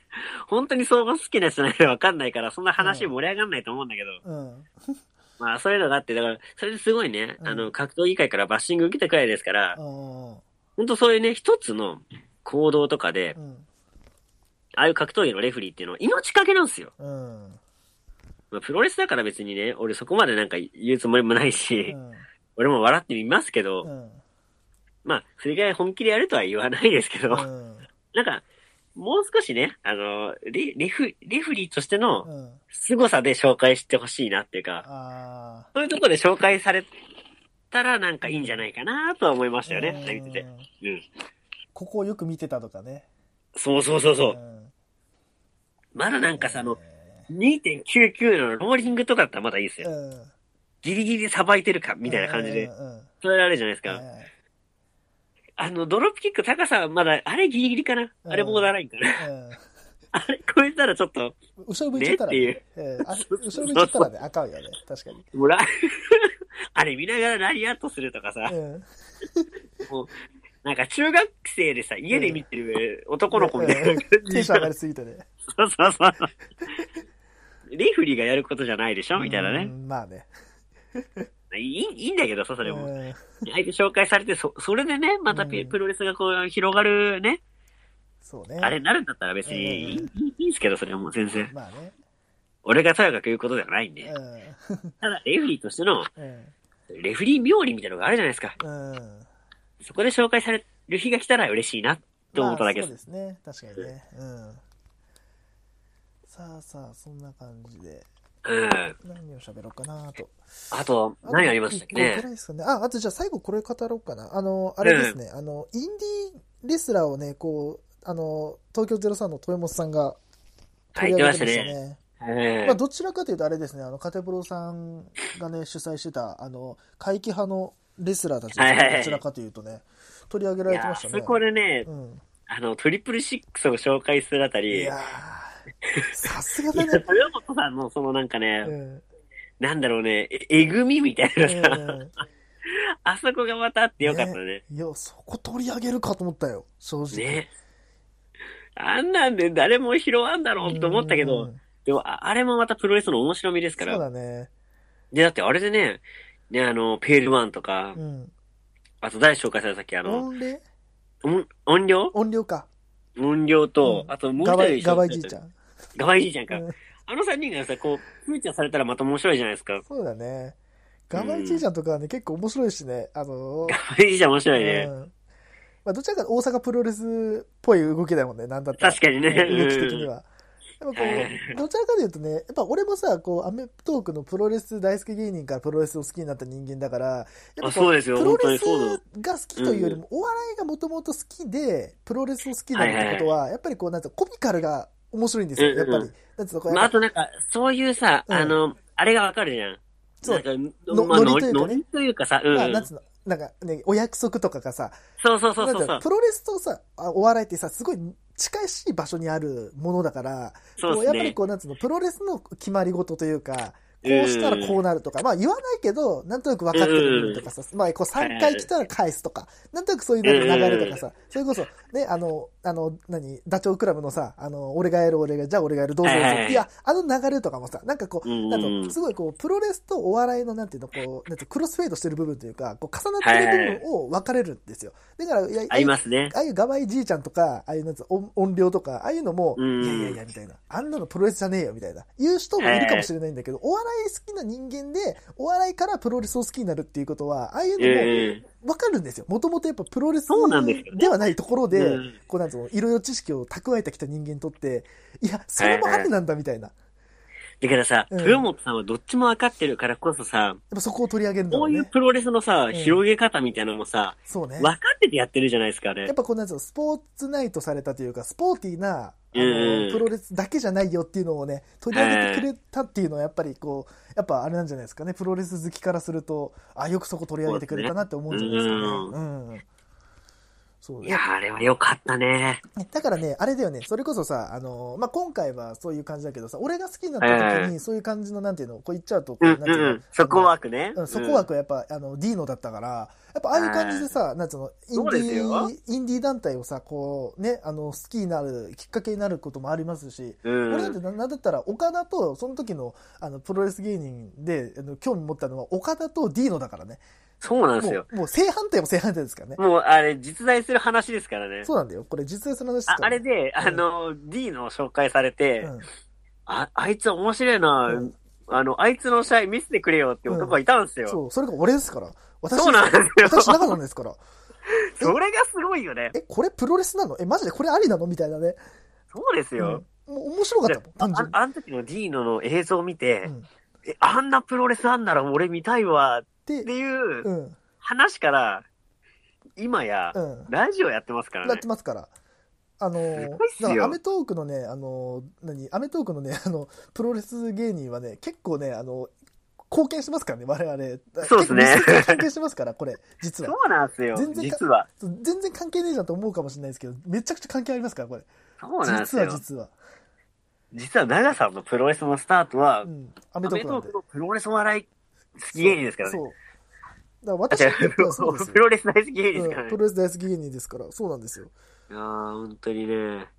本当に相場好きな人じゃないかわかんないから、そんな話盛り上がんないと思うんだけど。 うん。 まあ、そういうのがあって、だから、それですごいね、格闘技界からバッシング受けたくらいですから、本当そういうね、一つの行動とかで、ああいう格闘技のレフリーっていうのは命かけなんですよ。まあ、プロレスだから別にね、俺そこまでなんか言うつもりもないし、俺も笑ってみますけど、まあ、それぐらい本気でやるとは言わないですけど、なんか、もう少しね、レフリーとしての凄さで紹介してほしいなっていうか、そういうところで紹介されたらなんかいいんじゃないかなとは思いましたよね、見てて。 ここをよく見てたとかね。 そう。まだなんかさ、2.99 のローリングとかだったらまだいいですよ。ギリギリさばいてるか、みたいな感じで。それあるじゃないですか。ドロップキック高さはまだ、あれギリギリかな、あれボーダーラインかな、あれ超えたらちょっと、 後ろ向いちゃったらね。 ねっていう。後ろ向いちゃったらね、あかんよね。確かに。 あれ見ながらラリアットするとかさ、もう、なんか中学生でさ、家で見てる男の子みたいな感じで。 テンション上がりすぎてね。 そう。レフリーがやることじゃないでしょみたいなね。 まあね。 いいんだけどさ、それも。相手紹介されて、それでね、またプロレスがこう広がるね。 そうね。 あれになるんだったら別にいいんですけど、それはもう全然。 まあね。 俺がとやかく言うことではないんで。ただ、レフリーとしての、レフリー冥利みたいなのがあるじゃないですか。そこで紹介される日が来たら嬉しいなって思っただけです。 そうですね。確かにね。さあ、そんな感じで。何を喋ろうかなと。 あと、何ありましたっけね。 あとじゃあ最後これ語ろうかな。あれですね。インディーレスラーをね、こう、東京03の豊本さんが取り上げてましたね。まあ、どちらかというとあれですね、カテプロさんがね、主催してた、怪奇派のレスラーたちですね、どちらかというとね、取り上げられてましたね。 そこでね、トリプルシックスを紹介するあたり、 いやさすがだね。 豊本さんのそのなんかね、なんだろうね、えぐみみたいなさ、あそこがまたあってよかったね。 いや、そこ取り上げるかと思ったよ、正直。ね。 あんなんで誰も拾わんだろうと思ったけど、でもあれもまたプロレスの面白みですから。 そうだね。 で、だってあれでね、ペールワンとか、あと誰紹介されたっけ音量音量か。 音量と、あともう一人ガバイじいちゃん。 ガバイじいちゃんか。あの3人がさ、こう、フューチャーされたらまた面白いじゃないですか。 そうだね。ガバイじいちゃんとかはね、結構面白いしね。ガバイじいちゃん面白いね。 まあ、どちらか大阪プロレスっぽい動きだもんね、なんだったら。 確かにね。 動き的には。やっぱこう、どちらかというとね、やっぱ俺もさ、こう、アメトークのプロレス大好き芸人からプロレスを好きになった人間だから、やっぱそうですよ、 プロレスが好きというよりも、お笑いがもともと好きで、プロレスを好きになるってことは、やっぱりこう、なんつうの、コミカルが面白いんですよ、やっぱり。なんつうの、これ。 あとなんか、そういうさ、あれがわかるじゃん。 そう。 ノリというかさ、 なんつうの、なんかね、お約束とかがさ、 そう。 プロレスとさ、お笑いってさ、すごい近しい場所にあるものだから、やっぱりこう、なんつうの、プロレスの決まり事というか、こうしたらこうなるとか、まあ言わないけど、なんとなく分かってる部分とかさ、まあこう3回来たら返すとか、なんとなくそういう流れとかさ、それこそ、ね、ダチョウ倶楽部のさ、俺がやる、じゃあ俺がやる、どうぞどうぞ。いや、流れとかもさ、なんかこう、なんと、すごいこう、プロレスとお笑いのなんていうの、こう、なんてクロスフェードしてる部分というか、こう、重なってる部分を分かれるんですよ。だから、 ありますね。 ああいうガバイじいちゃんとか、ああいうなんつ音量とか、ああいうのも、いや、みたいな。あんなのプロレスじゃねえよ、みたいな。言う人もいるかもしれないんだけど、お笑い好きな人間で、お笑いからプロレスを好きになるっていうことは、ああいうのも、わかるんですよ。もともとやっぱプロレスではないところで、こうなんつうの、いろいろ知識を蓄えてきた人間にとって、いや、それもありなんだみたいな。 だからさ、豊本さんはどっちも分かってるからこそさ、やっぱそこを取り上げるんだろうね。 こういうプロレスのさ、広げ方みたいなのもさ、 そうね。 分かっててやってるじゃないですかね。 やっぱこうなんつうの、スポーツナイトされたというか、スポーティーな、プロレスだけじゃないよっていうのをね、取り上げてくれたっていうのはやっぱりこう、やっぱあれなんじゃないですかね。プロレス好きからすると、よくそこ取り上げてくれたなって思うんじゃないですかね。 そう。 いやー、あれは良かったね。 だからね、あれだよね、それこそさ、まあ、今回はそういう感じだけどさ、俺が好きになった時に、そういう感じの、なんていうの、こう言っちゃうと、こう、なんていうの、 そこ枠ね。 そこ枠はやっぱ、ディーノだったから、やっぱああいう感じでさ、なんていうの、インディー団体をさ、こう、ね、好きになる、きっかけになることもありますし、俺だってなんだったら、岡田と、その時の、プロレス芸人で、興味持ったのは、岡田とディーノだからね。 そうなんですよ。 もう正反対も正反対ですからね。 もうあれ実在する話ですからね。 そうなんだよ。これ実在する話ですから、ね。 あれで、D の紹介されて、あいつ面白いな、あいつの試合見せてくれよって男がいたんですよ。 そう、それが俺ですから。 そうなんですよ。 私長野ですから。 それがすごいよね。 これプロレスなの？マジでこれありなのみたいなね。 そうですよ。 もう面白かったもん。 あの時の D の映像を見て、あんなプロレスあんなら俺見たいわっていう、話から、今や、ラジオやってますからね。 やってますから。アメトークのね、アメトークのね、プロレス芸人はね、結構ね、貢献しますからね、我々。 そうですね。 関係しますから、これ、実は。 そうなんですよ。実は。 全然関係ねえじゃんと思うかもしれないですけど、めちゃくちゃ関係ありますから、これ。 そうなんですよ。 実は、 長さんのプロレスのスタートは、 アメトークのプロレス笑い好き芸人ですからね。 そう。だから私はプロレス大好き芸人ですからね。 プロレス大好き芸人ですから、そうなんですよ。 いやー、本当にね。いや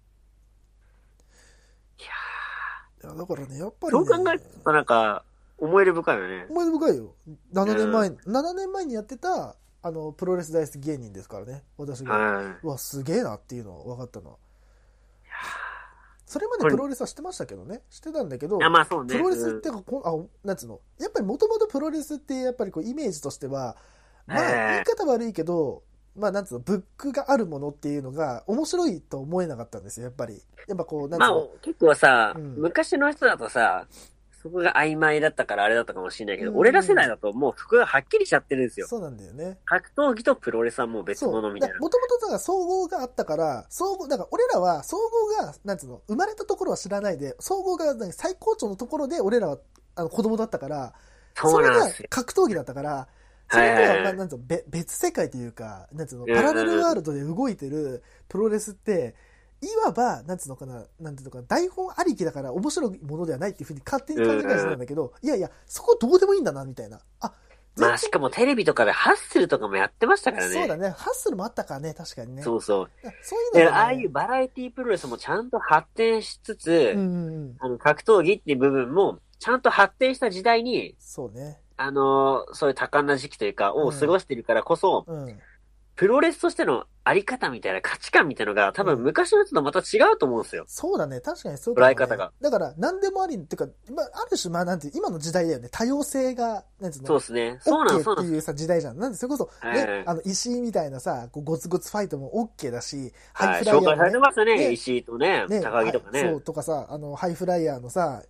だからね、やっぱり、ね。 そう考えるとなんか、思い出深いよね。 思い出深いよ。7年前にやってた、プロレス大好き芸人ですからね。私が。うわ、すげえなっていうの分かったのは。それまでプロレスはしてましたけどね。してたんだけど、 まあそうね、 プロレスってなんつうの、やっぱりもともとプロレスってやっぱりこうイメージとしては、まあ言い方悪いけど、まあなんつうの、ブックがあるものっていうのが面白いと思えなかったんですよ、やっぱり。やっぱこう、なんつうの。 まあ結構さ、昔の人だとさ、そこが曖昧だったからあれだったかもしれないけど、俺ら世代だともう服がはっきりしちゃってるんですよ。 そうなんだよね。 格闘技とプロレスはもう別物みたいな。 もともとだから総合があったから、だから俺らは総合が、なんつうの、生まれたところは知らないで、総合が最高潮のところで俺らは子供だったから、それが格闘技だったから、それとは、なんつうの、別世界というか、なんつうの、パラレルワールドで動いてるプロレスって、いわば、なんつうのかな、台本ありきだから面白いものではないっていうふうに勝手に勘違いしてたんだけど、いやいや、そこどうでもいいんだな、みたいな。 まあしかもテレビとかでハッスルとかもやってましたからね。 そうだね。ハッスルもあったからね、確かにね。 そうそう。 そういうのああいうバラエティプロレスもちゃんと発展しつつ、格闘技っていう部分もちゃんと発展した時代に、 そうね。 そういう多感な時期というか、を過ごしてるからこそ、プロレスとしてのあり方みたいな価値観みたいなのが多分昔のやつとまた違うと思うんですよ。 そうだね。確かにそうかもね。 捉え方が。 だから何でもありっていうか、ある種なんて今の時代だよね。多様性が、なんていうの？ そうですね。そうなんです。 OK っていうさ、時代じゃん。なんでそれこそ、ね、石井みたいなさ、ゴツゴツファイトも OK だし、 ハイフライヤー、紹介されてますね。石井とね、高木とかね。 そう、とかさ、ハイフライヤーのさ、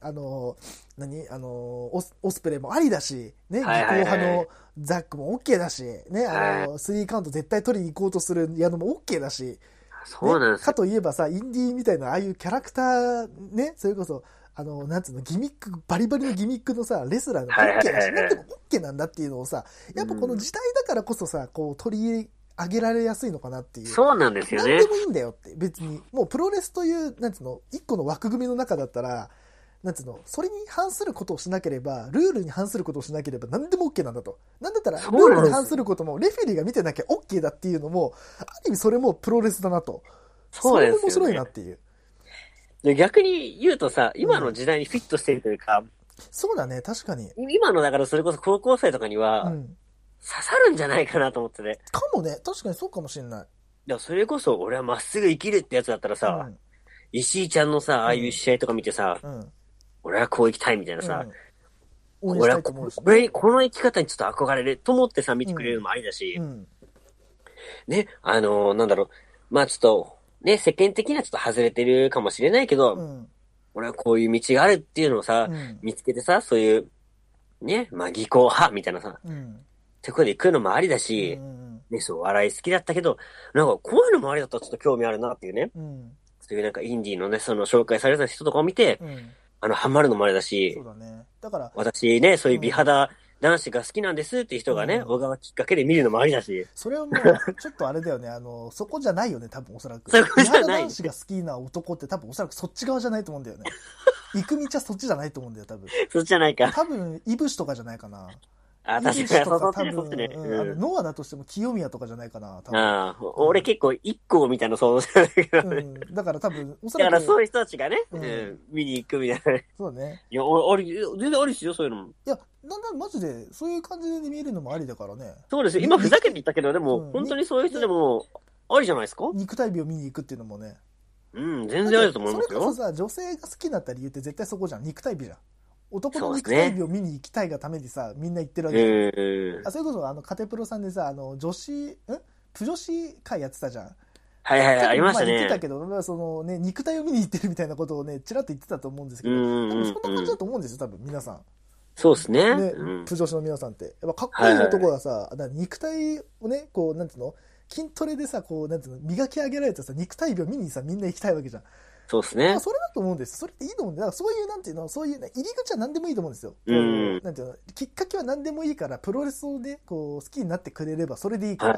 オスプレイもありだし、ね、技巧派のザックも OK だし、ね、3カウント絶対取りに行こうとする矢野も OK だし、 そうなんです、 ね、かといえばさ、インディーみたいなああいうキャラクター、ね、それこそ、なんつうの、ギミック、バリバリのギミックのさ、レスラーが OK だし、なんでも OK なんだっていうのをさ、やっぱこの時代だからこそさ、こう取り上げられやすいのかなっていう。 そうなんですよね。 なんでもいいんだよって、別に。もうプロレスという、なんつうの、一個の枠組みの中だったら、なんつうの、それに反することをしなければ、ルールに反することをしなければ何でも OK なんだと。なんだったら、ルールに反することも、レフェリーが見てなきゃ OK だっていうのも、ある意味それもプロレスだなと。 そうですよね。 それも面白いなっていう。 逆に言うとさ、今の時代にフィットしてるというか、 そうだね、確かに。 今のだからそれこそ高校生とかには、刺さるんじゃないかなと思ってね。 かもね、確かにそうかもしれない。 いや、それこそ俺はまっすぐ生きるってやつだったらさ、石井ちゃんのさ、ああいう試合とか見てさ、俺はこう生きたいみたいなさ、俺はこの生き方にちょっと憧れると思ってさ、見てくれるのもありだし、ね、なんだろう、まあちょっと、ね、世間的にはちょっと外れてるかもしれないけど、俺はこういう道があるっていうのをさ、見つけてさ、そういう、ね、まあ技巧派みたいなさ、ってことで行くのもありだし、ね、そう、笑い好きだったけど、なんかこういうのもありだったらちょっと興味あるなっていうね、そういうなんかインディーのね、その紹介された人とかを見て、ハマるのもあれだし、 そうだね。だから、 私ね、そういう美肌男子が好きなんですっていう人がね、小川きっかけで見るのもありだし。 それはもう、ちょっとあれだよね、そこじゃないよね、多分おそらく。 そこじゃない。 男子が好きな男って多分おそらくそっち側じゃないと思うんだよね。行く道はそっちじゃないと思うんだよ、多分。 そっちじゃないか。 多分、いぶしとかじゃないかな。 あ、確かに。 多分、ノアだとしても清宮とかじゃないかな、多分。 ああ、俺結構一個みたいな想像したんだけどね。 だから多分、おそらく。 だからそういう人たちがね、見に行くみたいな。 そうね。 いや、全然ありっすよ、そういうのも。 いや、マジで、そういう感じで見えるのもありだからね。 そうですよ。今ふざけて言ったけど、でも、本当にそういう人でも、ありじゃないですか？ 肉体美を見に行くっていうのもね。 全然ありだと思いますよ。 それこそさ、女性が好きになった理由って絶対そこじゃん。肉体美じゃん。男の肉体美を見に行きたいがためにさ、みんな行ってるわけじゃん。それこそ、カテプロさんでさ、プ女子会やってたじゃん。 はいはい、ありましたね。 言ってたけど、そのね、肉体を見に行ってるみたいなことをね、ちらっと言ってたと思うんですけど、多分そんな感じだと思うんですよ、多分皆さん。 そうですね。 プ女子の皆さんって。やっぱかっこいい男がさ、肉体をね、こう、なんていうの筋トレでさ、こう、なんていうの磨き上げられたさ、肉体美を見にさ、みんな行きたいわけじゃん。 そうですね。 それだと思うんです。それっていいと思うんだ。だからそういう、なんていうの、そういう、入り口は何でもいいと思うんですよ。なんていうの、きっかけは何でもいいから、プロレスをね、こう、好きになってくれればそれでいいから、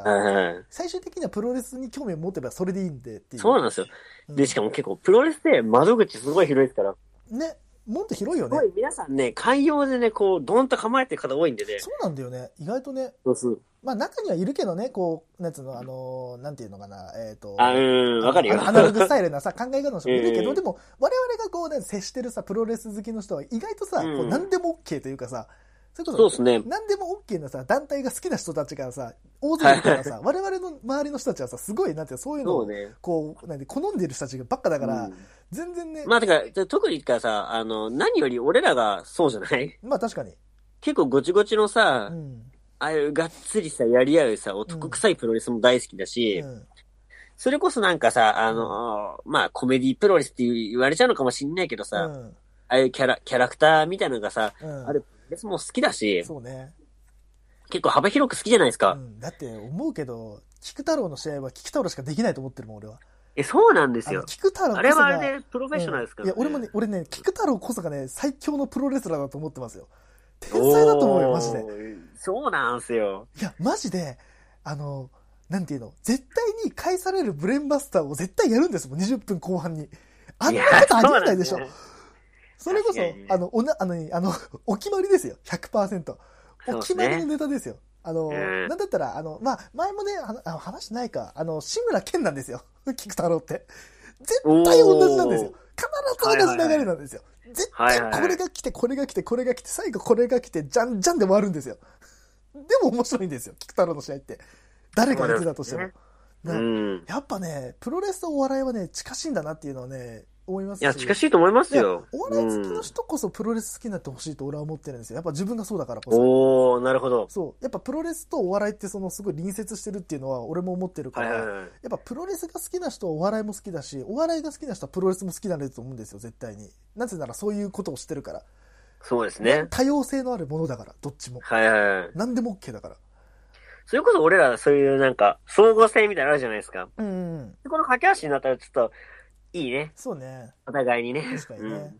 最終的にはプロレスに興味を持てばそれでいいんでっていう。 そうなんですよ。で、しかも結構、プロレスって窓口すごい広いですから。 ね。もっと広いよね。 皆さんね、寛容でね、こう、ドンと構えてる方多いんでね。 そうなんだよね。意外とね。 そうそう。 まあ中にはいるけどね、こう、なんつうの、なんていうのかな、 わかるよ。 アナログスタイルなさ、考え方の人もいるけど、でも、我々がこうね、接してるさ、プロレス好きの人は意外とさ、こう何でも OK というかさ、それこそ、 そうですね。 何でも OK なさ、団体が好きな人たちがさ、大勢いるからさ、我々の周りの人たちはさ、すごい、なんていうそういうのを、こう、好んでる人たちばっかだから、全然ね。 まあ、てか、特にかさ、何より俺らがそうじゃない？ まあ確かに。 結構ごちごちのさ、ああいうがっつりさ、やり合うさ、男臭いプロレスも大好きだし、それこそなんかさ、まあ、コメディプロレスって言われちゃうのかもしんないけどさ、ああいうキャラクターみたいなのがさ、あるプロレスも好きだし、 そうね。 結構幅広く好きじゃないですか。 だって思うけど、菊太郎の試合は菊太郎しかできないと思ってるもん、俺は。 そうなんですよ。 菊太郎こそがあれはあれでプロフェッショナルですからね。 いや、俺ね、菊太郎こそがね、最強のプロレスラーだと思ってますよ。天才だと思うよ、マジで。 そうなんすよ。 いや、マジで、なんていうの、絶対に返されるブレーンバスターを絶対やるんですもん、20分後半に。あんなことありえないでしょ。それこそ、お決まりですよ、100%。お決まりのネタですよ。なんだったら、まあ、前もね、話してないか、志村けんなんですよ。菊太郎って。絶対同じなんですよ。必ず同じ流れなんですよ。絶対これが来て、これが来て、これが来て、最後これが来て、じゃんじゃんで終わるんですよ。でも面白いんですよ、菊太郎の試合って。誰が相手だとしても。やっぱね、プロレスとお笑いはね、近しいんだなっていうのはね、思いますし。 いや、近しいと思いますよ。 お笑い好きの人こそプロレス好きになってほしいと俺は思ってるんですよ。やっぱ自分がそうだからこそ。 なるほど。 そう。やっぱプロレスとお笑いってすごい隣接してるっていうのは俺も思ってるから、やっぱプロレスが好きな人はお笑いも好きだし、お笑いが好きな人はプロレスも好きになれると思うんですよ、絶対に。なぜならそういうことをしてるから。 そうですね。 多様性のあるものだから、どっちも。何でも OK だから。 それこそ俺らそういうなんか、総合性みたいなのあるじゃないですか。 この架け橋になったらちょっと、いいね。 そうね。 お互いにね。 確かにね。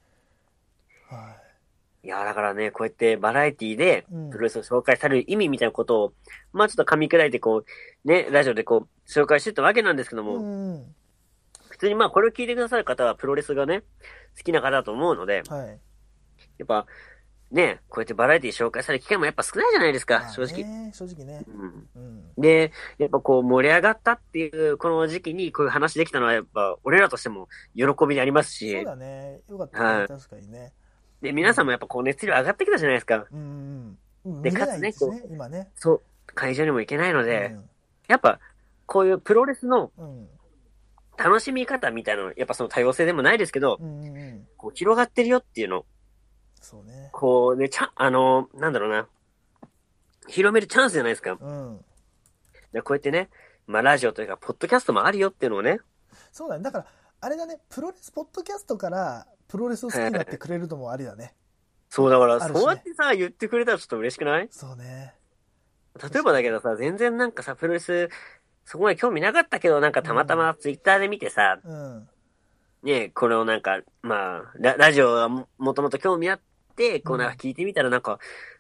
いや、だからね、こうやってバラエティで、プロレスを紹介される意味みたいなことを、まあちょっと噛み砕いてこう、ね、ラジオでこう、紹介してたわけなんですけども、普通にまあこれを聞いてくださる方はプロレスがね、好きな方だと思うので、やっぱ、ね、こうやってバラエティ紹介される機会もやっぱ少ないじゃないですか、正直。 正直ね。 で、やっぱこう盛り上がったっていうこの時期にこういう話できたのはやっぱ俺らとしても喜びでありますし。 そうだね。よかったね。確かにね。 で、皆さんもやっぱこう熱量上がってきたじゃないですか。 で、かつね、こう、今ね。 そう、会場にも行けないので、やっぱこういうプロレスの楽しみ方みたいなの、やっぱその多様性でもないですけど、こう広がってるよっていうの。 そうね。 こうね、なんだろうな。広めるチャンスじゃないですか。でこうやってね、まあラジオというか、ポッドキャストもあるよっていうのをね。 そうだね。だから、あれだね、プロレスポッドキャストからプロレスを好きになってくれるのもありだね。 そうだから、そうやってさ、言ってくれたらちょっと嬉しくない？ そうね。 例えばだけどさ、全然なんかさ、プロレス、そこまで興味なかったけど、なんかたまたまツイッターで見てさ、ね、これをなんか、まあ、ラジオがもともと興味あって、こうなんか聞いてみたらなんか、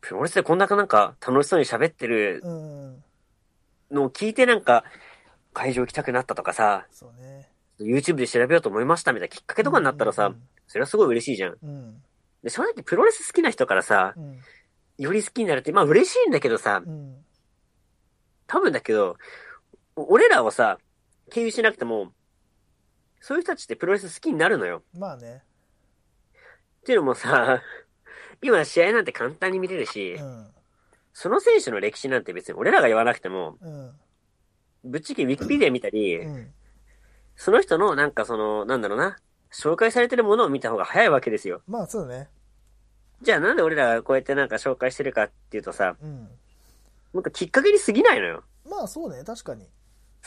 プロレスでこんななんか楽しそうに喋ってるのを聞いてなんか会場行きたくなったとかさ、 そうね。 YouTube で調べようと思いましたみたいなきっかけとかになったらさ、それはすごい嬉しいじゃん。で、正直プロレス好きな人からさ、より好きになるって、まあ嬉しいんだけどさ、多分だけど、俺らをさ、経由しなくても、そういう人たちってプロレス好きになるのよ。 まあね。 っていうのもさ、今試合なんて簡単に見れるし、その選手の歴史なんて別に俺らが言わなくても、ぶっちゃけウィキペディア見たり、その人のなんかなんだろうな、紹介されてるものを見た方が早いわけですよ。 まあそうね。 じゃあなんで俺らがこうやってなんか紹介してるかっていうとさ、もっときっかけに過ぎないのよ。 まあそうね、確かに。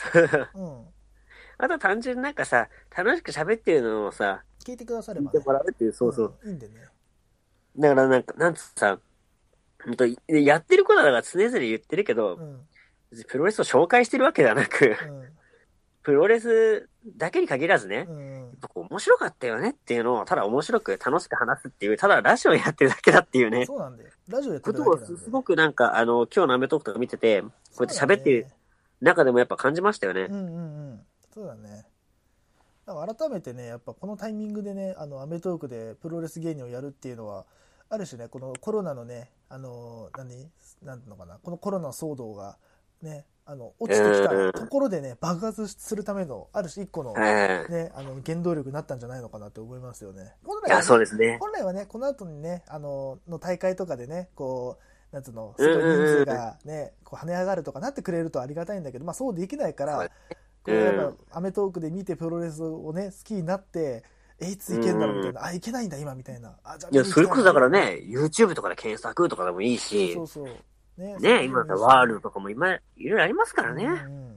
あと単純になんかさ、楽しく喋ってるのをさ、 聞いてくだされば、 ね、聞いてもらうっていう、そうそう。 いいんでね。 だからなんか、なんつさ、やってることだから常々言ってるけど、プロレスを紹介してるわけではなく、プロレスだけに限らずね、面白かったよねっていうのを、ただ面白く楽しく話すっていう、ただラジオやってるだけだっていうね。 そうなんだよ。ラジオやってるだけなんで。 ことをすごくなんか、今日のアメトークとか見てて、こうやって喋ってる中でもやっぱ感じましたよね。 そうだね。だから改めてね、やっぱこのタイミングでね、アメトークでプロレス芸人をやるっていうのは、ある種ね、このコロナのね、なんていうのかな、このコロナ騒動がね、落ちてきたところでね、爆発するための、ある種一個のね、原動力になったんじゃないのかなって思いますよね。 いや、そうですね。 本来はね、この後にね、の大会とかでね、こう、なんつうの、すごい人数がね、こう跳ね上がるとかなってくれるとありがたいんだけど、まあそうできないから、これやっぱアメトークで見てプロレスをね、好きになって、いつ行けんだろうみたいな、いけないんだ今みたいな。 じゃあいや、それこそだからね、YouTube とかで検索とかでもいいし、 そう。 ね、今だったらワールドとかも今、いろいろありますからね。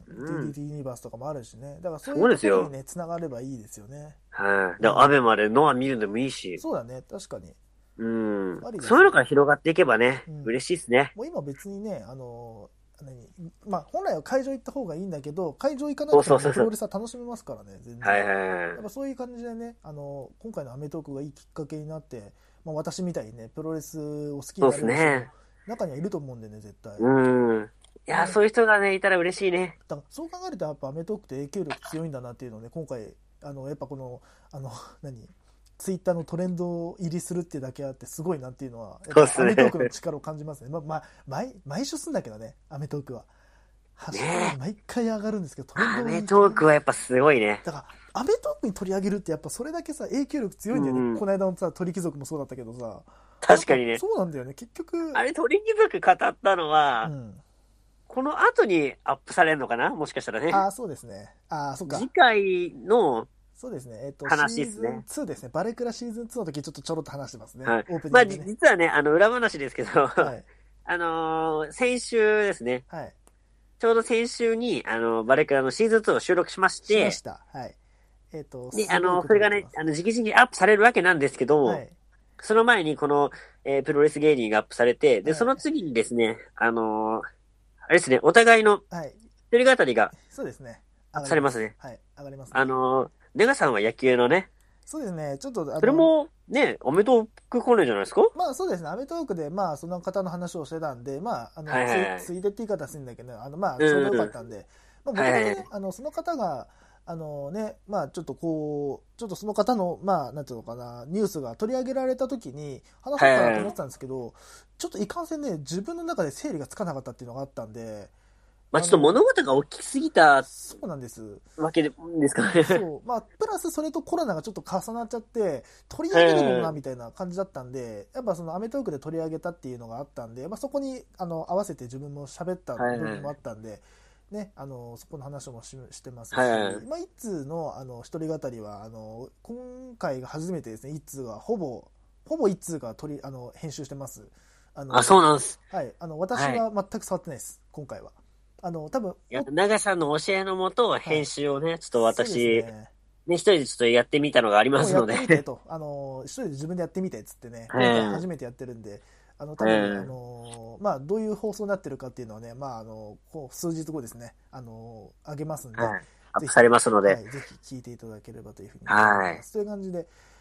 DDT ユニバースとかもあるしね。だからそういうところにね、繋がればいいですよね。 はい。だからアベマでノア見るのもいいし。 そうだね、確かに。 そういうのから広がっていけばね、嬉しいですね。 もう今別にね、まあ本来は会場行った方がいいんだけど、会場行かなくてもプロレスは楽しめますからね、全然。やっぱそういう感じでね、今回のアメトークがいいきっかけになって、まあ私みたいにね、プロレスを好きになる人中にはいると思うんでね、絶対。 いや、そういう人がね、いたら嬉しいね。 だからそう考えるとやっぱアメトークって影響力強いんだなっていうのをね、今回、やっぱこの、ツイッターのトレンド入りするってだけあってすごいなっていうのは、アメトークの力を感じますね。毎週すんだけどね、アメトークは。毎回上がるんですけど、 トレンドアメトークはやっぱすごいね。 だから、アメトークに取り上げるってやっぱそれだけさ、影響力強いんだよね。この間のさ、鳥貴族もそうだったけどさ。 確かにね。 そうなんだよね、結局。 あれ、鳥貴族語ったのは、この後にアップされるのかなもしかしたらね。 そうですね。そっか。 次回の、 そうですね。 話ですね。 シーズン2ですね。バレクラシーズン2の時ちょろっと話してますね。 はい。まあ、実はね、裏話ですけど、先週ですね。 はい。 ちょうど先週に、バレクラのシーズン2を収録しまして、 しました。はい。 で、それがね、直々にアップされるわけなんですけども、その前にこの、プロレス芸人がアップされて、で、その次にですね、あれですね、お互いの、一人語りが、 そうですね。 アップされますね。 はい、上がります。 ネガさんは野球のね。 そうですね、ちょっとそれも、ね、アメトーク関連じゃないですか？ まあそうですね、アメトークで、まあその方の話をしてたんで、まあ、ついでって言い方するんだけど、まあ、ちょうどよかったんで、まあ僕はね、その方が、まあちょっとその方の、まあ、なんていうのかな、ニュースが取り上げられた時に、話そうかなと思ってたんですけど、ちょっといかんせんね、自分の中で整理がつかなかったっていうのがあったんで、 まあちょっと物事が大きすぎた。 そうなんです。 わけですかね。 そう。まあ、プラスそれとコロナがちょっと重なっちゃって、取り上げるのもな、みたいな感じだったんで、やっぱそのアメトークで取り上げたっていうのがあったんで、まあそこに、合わせて自分も喋った部分もあったんで、ね、そこの話もしてますし、まあ一通の、一人語りは、今回が初めてですね、一通が、ほぼ一通が編集してます。 そうなんです。 はい。私は全く触ってないです、今回は。多分。 いや、長さんの教えのもと、編集をね、ちょっと私、ね、一人でちょっとやってみたのがありますので。 やってみてと。一人で自分でやってみてっつってね、今回初めてやってるんで、多分、まあ、どういう放送になってるかっていうのはね、まあ、数日後ですね、上げますんで、 アップされますので、 ぜひ聞いていただければというふうに思います。という感じで、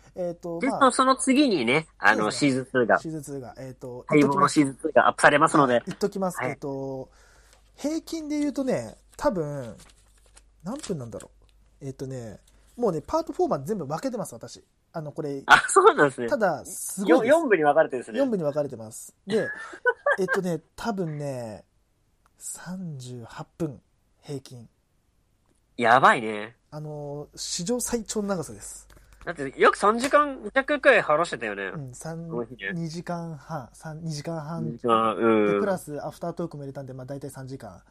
まあ、 その次にね、シーズン2が。 シーズン2が、 待望のシーズン2がアップされますので。 言っときます。はい、平均で言うとね、多分、何分なんだろう。もうね、パート4まで全部分けてます、私。これ。 あ、そうなんですね。 ただ、すごいです。 4部に分かれてるんですね。 4部に分かれてます。で、多分ね、38分、平均。 やばいね。 史上最長の長さです。 だって、よく3時間弱くらい話してたよね。 うん、2時間半、2時間半。 うん。 で、プラスアフタートークも入れたんで、まあ大体3時間。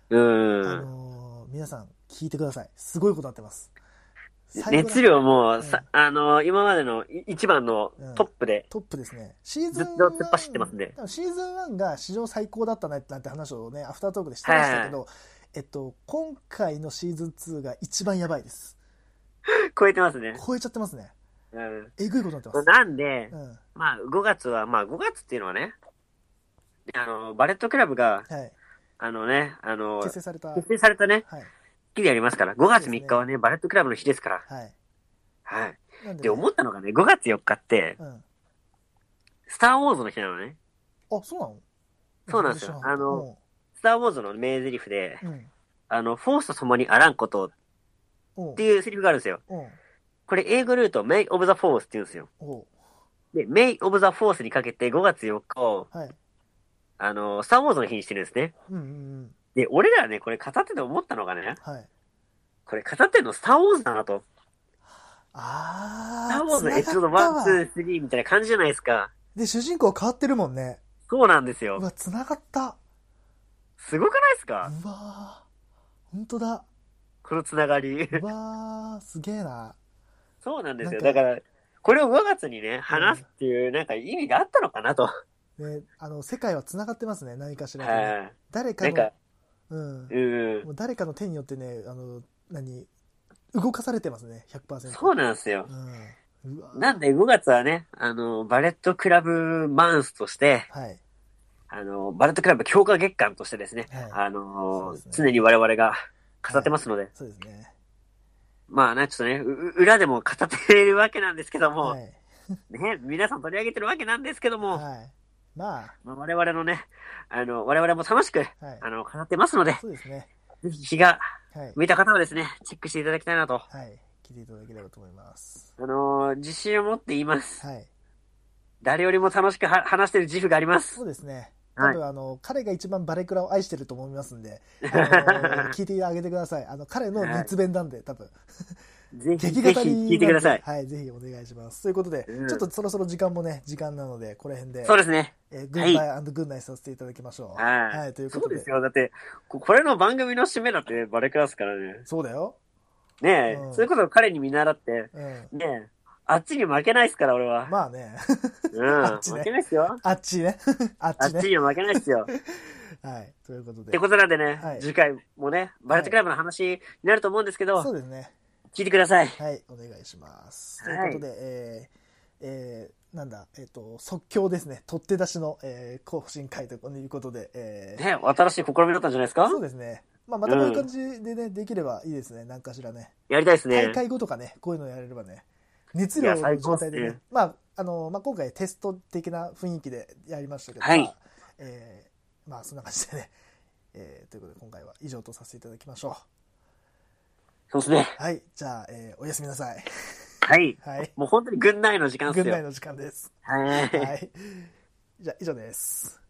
皆さん、聞いてください。すごいことになってます。 熱量も、今までの一番のトップで、 トップですね。シーズンずっと突っ走ってますんで。 シーズン1が史上最高だったねなんて話をね、アフタートークでしてましたけど、今回のシーズン2が一番やばいです。 超えてますね。 超えちゃってますね。 うん。 えぐいことになってます。 なんで、まあ5月は、まあ5月っていうのはね、バレットクラブが、 はい、 結成されたね、 はい、 日でありますから、5月3日はね、バレットクラブの日ですから。 はい。 はい。で、思ったのがね、5月4日って、スターウォーズの日なのね。 あ、そうなの？ そうなんですよ。スターウォーズの名台詞で、フォースと共にあらんことっていうセリフがあるんですよ。これ英語で言うと、May of the Force って言うんですよ。で、May of the Force にかけて5月4日を、スターウォーズの日にしてるんですね。で、俺らね、これ語ってて思ったのがね、これ語ってるのスターウォーズだなと。スターウォーズのエピソード1、2、3みたいな感じじゃないですか。 で、主人公変わってるもんね。 そうなんですよ。 うわ、繋がった。 すごくないですか？ うわー、ほんとだ。 このつながり。 うわー、すげえな。 そうなんですよ。だから、これを5月にね、話すっていう、なんか意味があったのかなと。 ね、世界は繋がってますね、何かしらで、ね。 誰かの、もう誰かの手によってね、動かされてますね、100%。 そうなんですよ。なんで5月はね、バレットクラブマンスとして、バレットクラブ強化月間としてですね、常に我々が語ってますので。 そうですね。 まあね、ちょっとね、裏でも語ってるわけなんですけども、ね、皆さん取り上げてるわけなんですけども、まあ、我々のね、我々も楽しく、語ってますので、 そうですね。 ぜひ日が向いた方はですね、チェックしていただきたいなと。 はい。聞いていただければと思います。 自信を持って言います。はい。誰よりも楽しく話してる自負があります。 そうですね。多分、彼が一番バレクラを愛してると思いますんで、聞いてあげてください。彼の熱弁なんで、多分。 ぜひ聞いてください。 はい、ぜひお願いします。ということで、ちょっとそろそろ時間もね、時間なので、この辺で。 そうですね。 グッバイ&グッナイさせていただきましょう。はい、ということで。 そうですよ。だって、これの番組の締めだってバレクラですからね。 そうだよ。 ねえ、そういうことを彼に見習って、ねえ、あっちに負けないですから、俺は。 まあね。 負けないっすよ。 あっちね。 あっちには負けないっすよ。 はい、ということで。 ってことなんでね、次回もね、バレットクラブの話になると思うんですけど、 そうですね。 聞いてください。 はい、お願いします。ということで、即興ですね。取って出しの、更新会ということで、 ね、新しい試みだったんじゃないですか？ そうですね。まあ、またこういう感じでね、できればいいですね。何かしらね。 やりたいですね。 大会後とかね、こういうのやれればね。熱量の状態でね。まあ、今回テスト的な雰囲気でやりましたけど、まあ、そんな感じでね。ということで、今回は以上とさせていただきましょう。 そうですね。 はい。じゃあ、おやすみなさい。 はい。もう本当に軍内の時間ですよ。 軍内の時間です。 はい。 じゃあ、以上です。